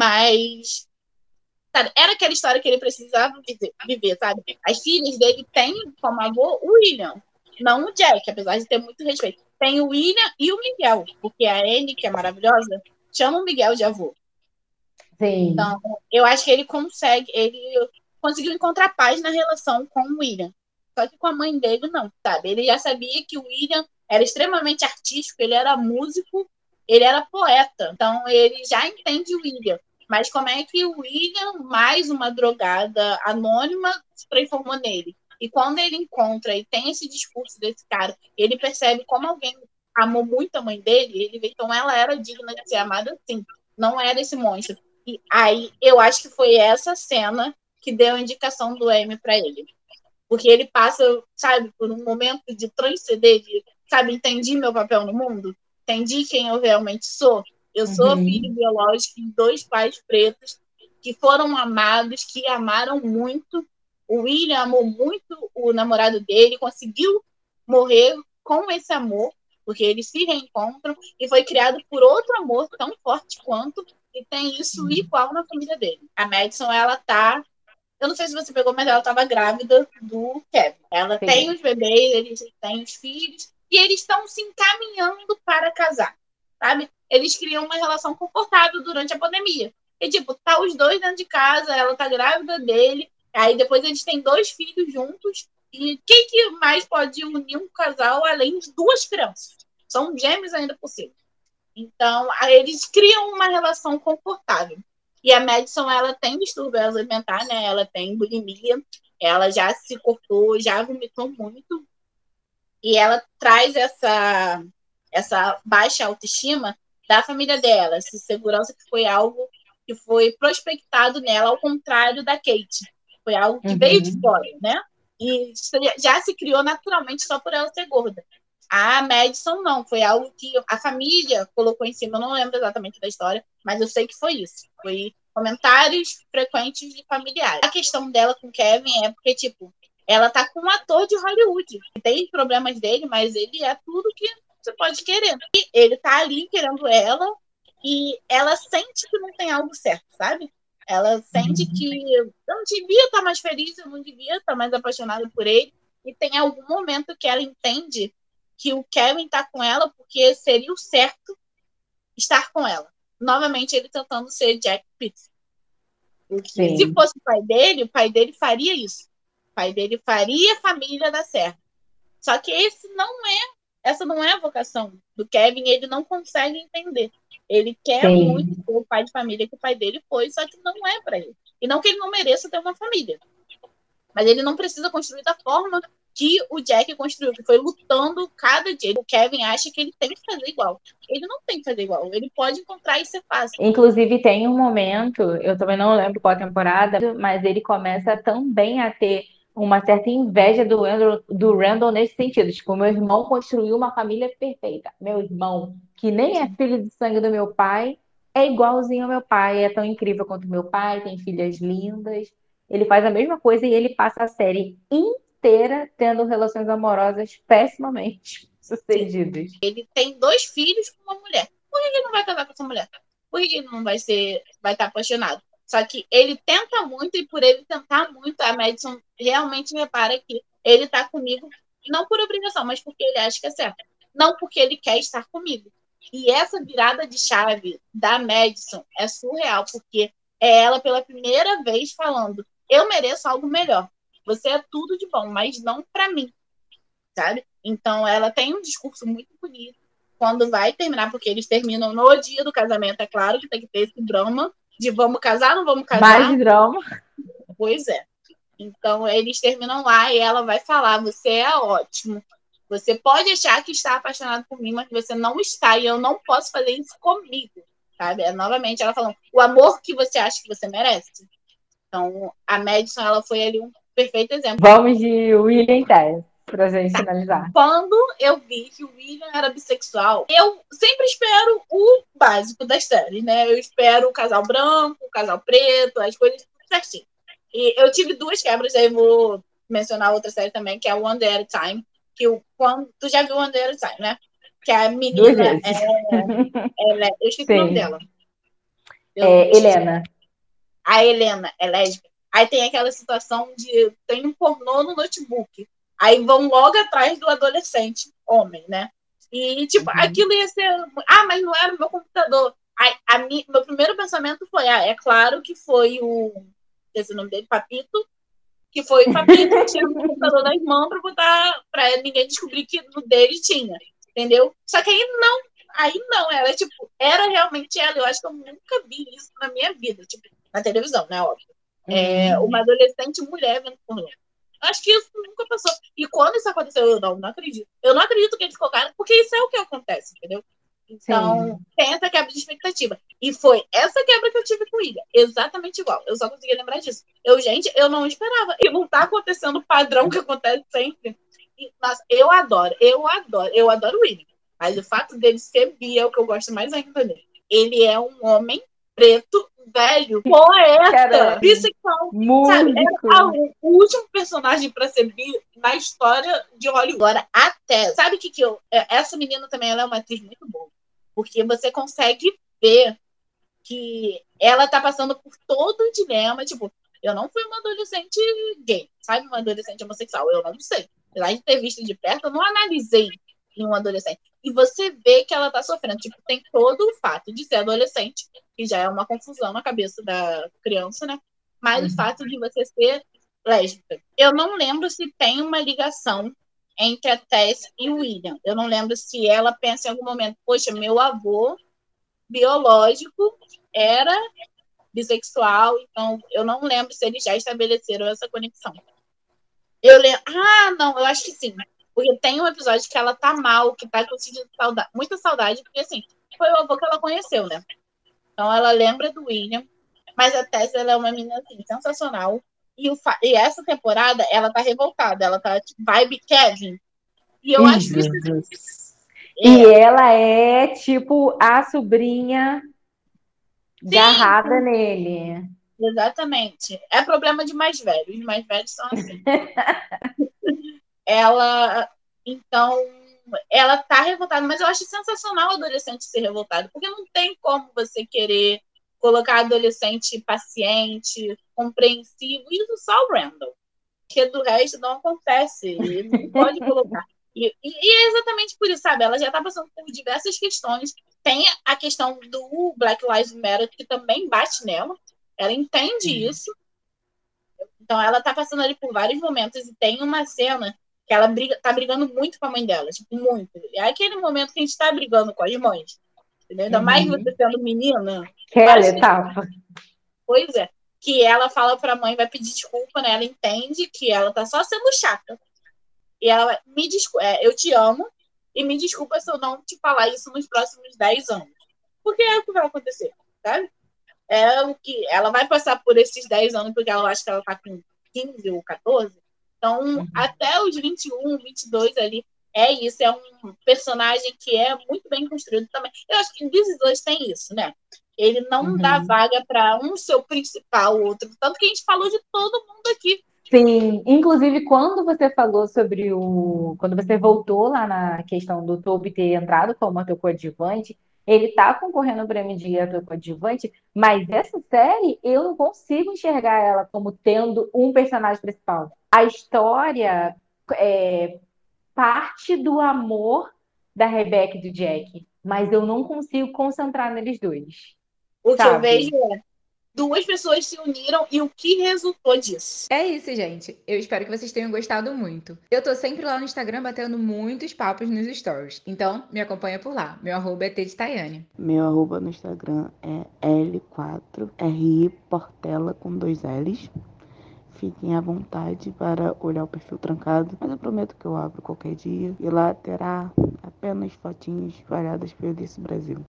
Speaker 3: mas sabe, era aquela história que ele precisava viver, viver, sabe? As filhas dele têm como avô o William, não o Jack, apesar de ter muito respeito. Tem o William e o Miguel, porque a Anne, que é maravilhosa, chama o Miguel de avô.
Speaker 1: sim.
Speaker 3: Então, eu acho que ele consegue, ele conseguiu encontrar paz na relação com o William. Só que com a mãe dele, não, sabe? Ele já sabia que o William era extremamente artístico, ele era músico, ele era poeta. Então, ele já entende o William. Mas como é que o William, mais uma drogada anônima, se transformou nele? E quando ele encontra e tem esse discurso desse cara, ele percebe como alguém amou muito a mãe dele, ele vê, então ela era digna de ser amada sim, não era esse monstro. E aí eu acho que foi essa cena que deu a indicação do Emmy para ele. Porque ele passa, sabe, por um momento de transcender, de, sabe, entendi meu papel no mundo, entendi quem eu realmente sou. Eu sou filho
Speaker 1: Uhum.
Speaker 3: biológico de dois pais pretos que foram amados, que amaram muito. O William amou muito o namorado dele, conseguiu morrer com esse amor, porque eles se reencontram, e foi criado por outro amor tão forte quanto, e tem isso igual na família dele. A Madison, ela tá, eu não sei se você pegou, mas ela estava grávida do Kevin. Ela tem
Speaker 1: Sim.
Speaker 3: os bebês, eles têm os filhos, e eles estão se encaminhando para casar, sabe? Eles criam uma relação confortável durante a pandemia. E, tipo, tá os dois dentro de casa, ela tá grávida dele, aí depois eles têm dois filhos juntos, e quem que mais pode unir um casal além de duas crianças? São gêmeos ainda por cima. Então, aí eles criam uma relação confortável. E a Madison, ela tem distúrbio alimentar, né? Ela tem bulimia, ela já se cortou, já vomitou muito. E ela traz essa, essa baixa autoestima da família dela, essa segurança que foi algo que foi prospectado nela, ao contrário da Kate. Foi algo que veio de
Speaker 1: Uhum.
Speaker 3: fora, né? E já se criou naturalmente só por ela ser gorda. A Madison não, foi algo que a família colocou em cima, eu não lembro exatamente da história, mas eu sei que foi isso. Foi comentários frequentes de familiares. A questão dela com Kevin é porque, tipo, ela tá com um ator de Hollywood. Tem problemas dele, mas ele é tudo que você pode querer. E ele tá ali querendo ela, e ela sente que não tem algo certo, sabe? Ela sente que eu não devia estar mais feliz, eu não devia estar mais apaixonada por ele. E tem algum momento que ela entende que o Kevin tá com ela porque seria o certo estar com ela. Novamente, ele tentando ser Jack Pitts. Porque se
Speaker 1: Sim.
Speaker 3: fosse o pai dele, o pai dele faria isso. O pai dele faria a família dar certo. Só que esse não é, essa não é a vocação do Kevin, ele não consegue entender. Ele quer muito
Speaker 1: Sim.
Speaker 3: ser o pai de família que o pai dele foi, só que não é para ele. E não que ele não mereça ter uma família. Mas ele não precisa construir da forma que o Jack construiu, que foi lutando cada dia. O Kevin acha que ele tem que fazer igual. Ele não tem que fazer igual. Ele pode encontrar e ser fácil.
Speaker 1: Inclusive, tem um momento, eu também não lembro qual temporada, mas ele começa também a ter uma certa inveja do Randall, do Randall nesse sentido. Tipo, meu irmão construiu uma família perfeita. Meu irmão, que nem é filho de sangue do meu pai, é igualzinho ao meu pai, é tão incrível quanto meu pai, tem filhas lindas. Ele faz a mesma coisa e ele passa a série inteira tendo relações amorosas pessimamente
Speaker 3: Sim.
Speaker 1: sucedidas.
Speaker 3: Ele tem dois filhos com uma mulher. Por que ele não vai casar com essa mulher? Por que ele não vai ser, vai estar apaixonado? Só que ele tenta muito, e por ele tentar muito, a Madison realmente repara que ele está comigo, não por obrigação, mas porque ele acha que é certo. Não porque ele quer estar comigo. E essa virada de chave da Madison é surreal, porque é ela pela primeira vez falando: eu mereço algo melhor. Você é tudo de bom, mas não para mim, sabe? Então ela tem um discurso muito bonito quando vai terminar, porque eles terminam no dia do casamento, é claro que tem que ter esse drama de vamos casar, não vamos
Speaker 1: Mais
Speaker 3: casar.
Speaker 1: drama.
Speaker 3: Pois é. Então, eles terminam lá e ela vai falar: você é ótimo. Você pode achar que está apaixonado por mim, mas você não está, e eu não posso fazer isso comigo. Sabe? É, novamente, ela falando: o amor que você acha que você merece. Então, a Madison, ela foi ali um perfeito exemplo.
Speaker 1: Vamos de William e Tess, pra gente finalizar.
Speaker 3: Quando eu vi que o William era bissexual, eu sempre espero o básico das séries, né? Eu espero o casal branco, o casal preto, as coisas certinho. E eu tive duas quebras, aí vou mencionar outra série também, que é One Day at a Time. Que o, quando, tu já viu One Day at a Time, né? Que a
Speaker 1: Duas
Speaker 3: menina
Speaker 1: vezes.
Speaker 3: é, ela é- eu esqueci o nome
Speaker 1: Sim.
Speaker 3: dela. Eu
Speaker 1: É, Helena.
Speaker 3: A Helena é lésbica. Aí tem aquela situação de tem um pornô no notebook. Aí vão logo atrás do adolescente, homem, né? E, tipo,
Speaker 1: Uhum.
Speaker 3: aquilo ia ser. Ah, mas não era o meu computador. Aí, a mi... Meu primeiro pensamento foi: ah, é claro que foi o. Esse nome dele, Papito, que foi o Papito que tinha no computador da irmã pra botar. Pra ninguém descobrir que no dele tinha. Entendeu? Só que aí não. Aí não, ela, tipo, era realmente ela. Eu acho que eu nunca vi isso na minha vida. Tipo, na televisão, né? Óbvio. É,
Speaker 1: Uhum.
Speaker 3: uma adolescente mulher vendo pornô. Acho que isso nunca passou. E quando isso aconteceu, eu não, não acredito. Eu não acredito que eles colocaram, porque isso é o que acontece, entendeu? Então,
Speaker 1: Sim.
Speaker 3: tem essa quebra de expectativa. E foi essa quebra que eu tive com o Ilha. Exatamente igual. Eu só conseguia lembrar disso. Eu, gente, eu não esperava. E não tá acontecendo o padrão que acontece sempre. E, nossa, eu adoro, eu adoro, eu adoro o William. Mas o fato dele ser bi é o que eu gosto mais ainda dele. Ele é um homem preto, velho, poeta,
Speaker 1: Caramba.
Speaker 3: bissexual, sabe?
Speaker 1: Músico.
Speaker 3: Era a- o último personagem para ser bi na história de Hollywood. Agora, até, sabe o que que eu... Essa menina também, ela é uma atriz muito boa. Porque você consegue ver que ela tá passando por todo o dilema, tipo, eu não fui uma adolescente gay, sabe? Uma adolescente homossexual, eu não sei. Apesar de ter visto de perto, eu não analisei em um adolescente. E você vê que ela tá sofrendo. Tipo, tem todo o fato de ser adolescente, que já é uma confusão na cabeça da criança, né? Mas uhum. O fato de você ser lésbica. Eu não lembro se tem uma ligação entre a Tess e o William. Eu não lembro se ela pensa em algum momento, poxa, meu avô biológico era bissexual, então eu não lembro se eles já estabeleceram essa conexão. Eu lembro. Ah, não, eu acho que sim. Porque tem um episódio que ela tá mal, que tá conseguindo saudade, muita saudade, porque assim, foi o avô que ela conheceu, né? Então ela lembra do William, mas a Tess, ela é uma menina assim, sensacional. E, o fa... e essa temporada, ela tá revoltada, ela tá tipo, vibe Kevin. E eu
Speaker 1: Ih,
Speaker 3: acho que isso.
Speaker 1: É. E ela é tipo a sobrinha
Speaker 3: Sim,
Speaker 1: garrada nele.
Speaker 3: Exatamente. É problema de mais velhos. Os mais velhos são assim. Ela, então, ela tá revoltada, mas eu acho sensacional o adolescente ser revoltado, porque não tem como você querer colocar adolescente paciente, compreensivo, isso só o Randall, porque do resto não acontece, ele não pode colocar. E, e, e é exatamente por isso, sabe? Ela já tá passando por diversas questões. Tem a questão do Black Lives Matter, que também bate nela. Ela entende uhum. isso. Então, ela tá passando ali por vários momentos e tem uma cena que ela briga, tá brigando muito com a mãe dela, tipo, muito. É aquele momento que a gente tá brigando com as mães, entendeu? Ainda uhum. mais você sendo menina.
Speaker 1: Aquela etapa.
Speaker 3: Pois é. Que ela fala pra mãe, vai pedir desculpa, né? Ela entende que ela tá só sendo chata. E ela vai, me desculpa, é, eu te amo e me desculpa se eu não te falar isso nos próximos dez anos. Porque é o que vai acontecer, sabe? É o que ela vai passar por esses dez anos, porque ela acha que ela tá com quinze ou catorze. Então, uhum. até os vinte e um, vinte e dois ali, é isso. É um personagem que é muito bem construído também. Eu acho que em This Is Us tem isso, né? Ele não uhum. dá vaga para um ser o principal, o outro. Tanto que a gente falou de todo mundo aqui.
Speaker 1: Sim, inclusive quando você falou sobre o... Quando você voltou lá na questão do Toby ter entrado como ator coadjuvante, ele tá concorrendo ao prêmio de ator coadjuvante, mas essa série eu não consigo enxergar ela como tendo um personagem principal. A história é parte do amor da Rebecca e do Jack, mas eu não consigo concentrar neles dois.
Speaker 3: O
Speaker 1: sabe?
Speaker 3: que eu vejo é duas pessoas se uniram e o que resultou disso?
Speaker 4: É isso, gente. Eu espero que vocês tenham gostado muito. Eu tô sempre lá no Instagram batendo muitos papos nos stories. Então, me acompanha por lá. Meu arroba é Tedtaiane.
Speaker 2: Meu arroba no Instagram é L quatro R I Portela com dois L's. Fiquem à vontade para olhar o perfil trancado, mas eu prometo que eu abro qualquer dia e lá terá apenas fotinhos variadas pelo desse Brasil.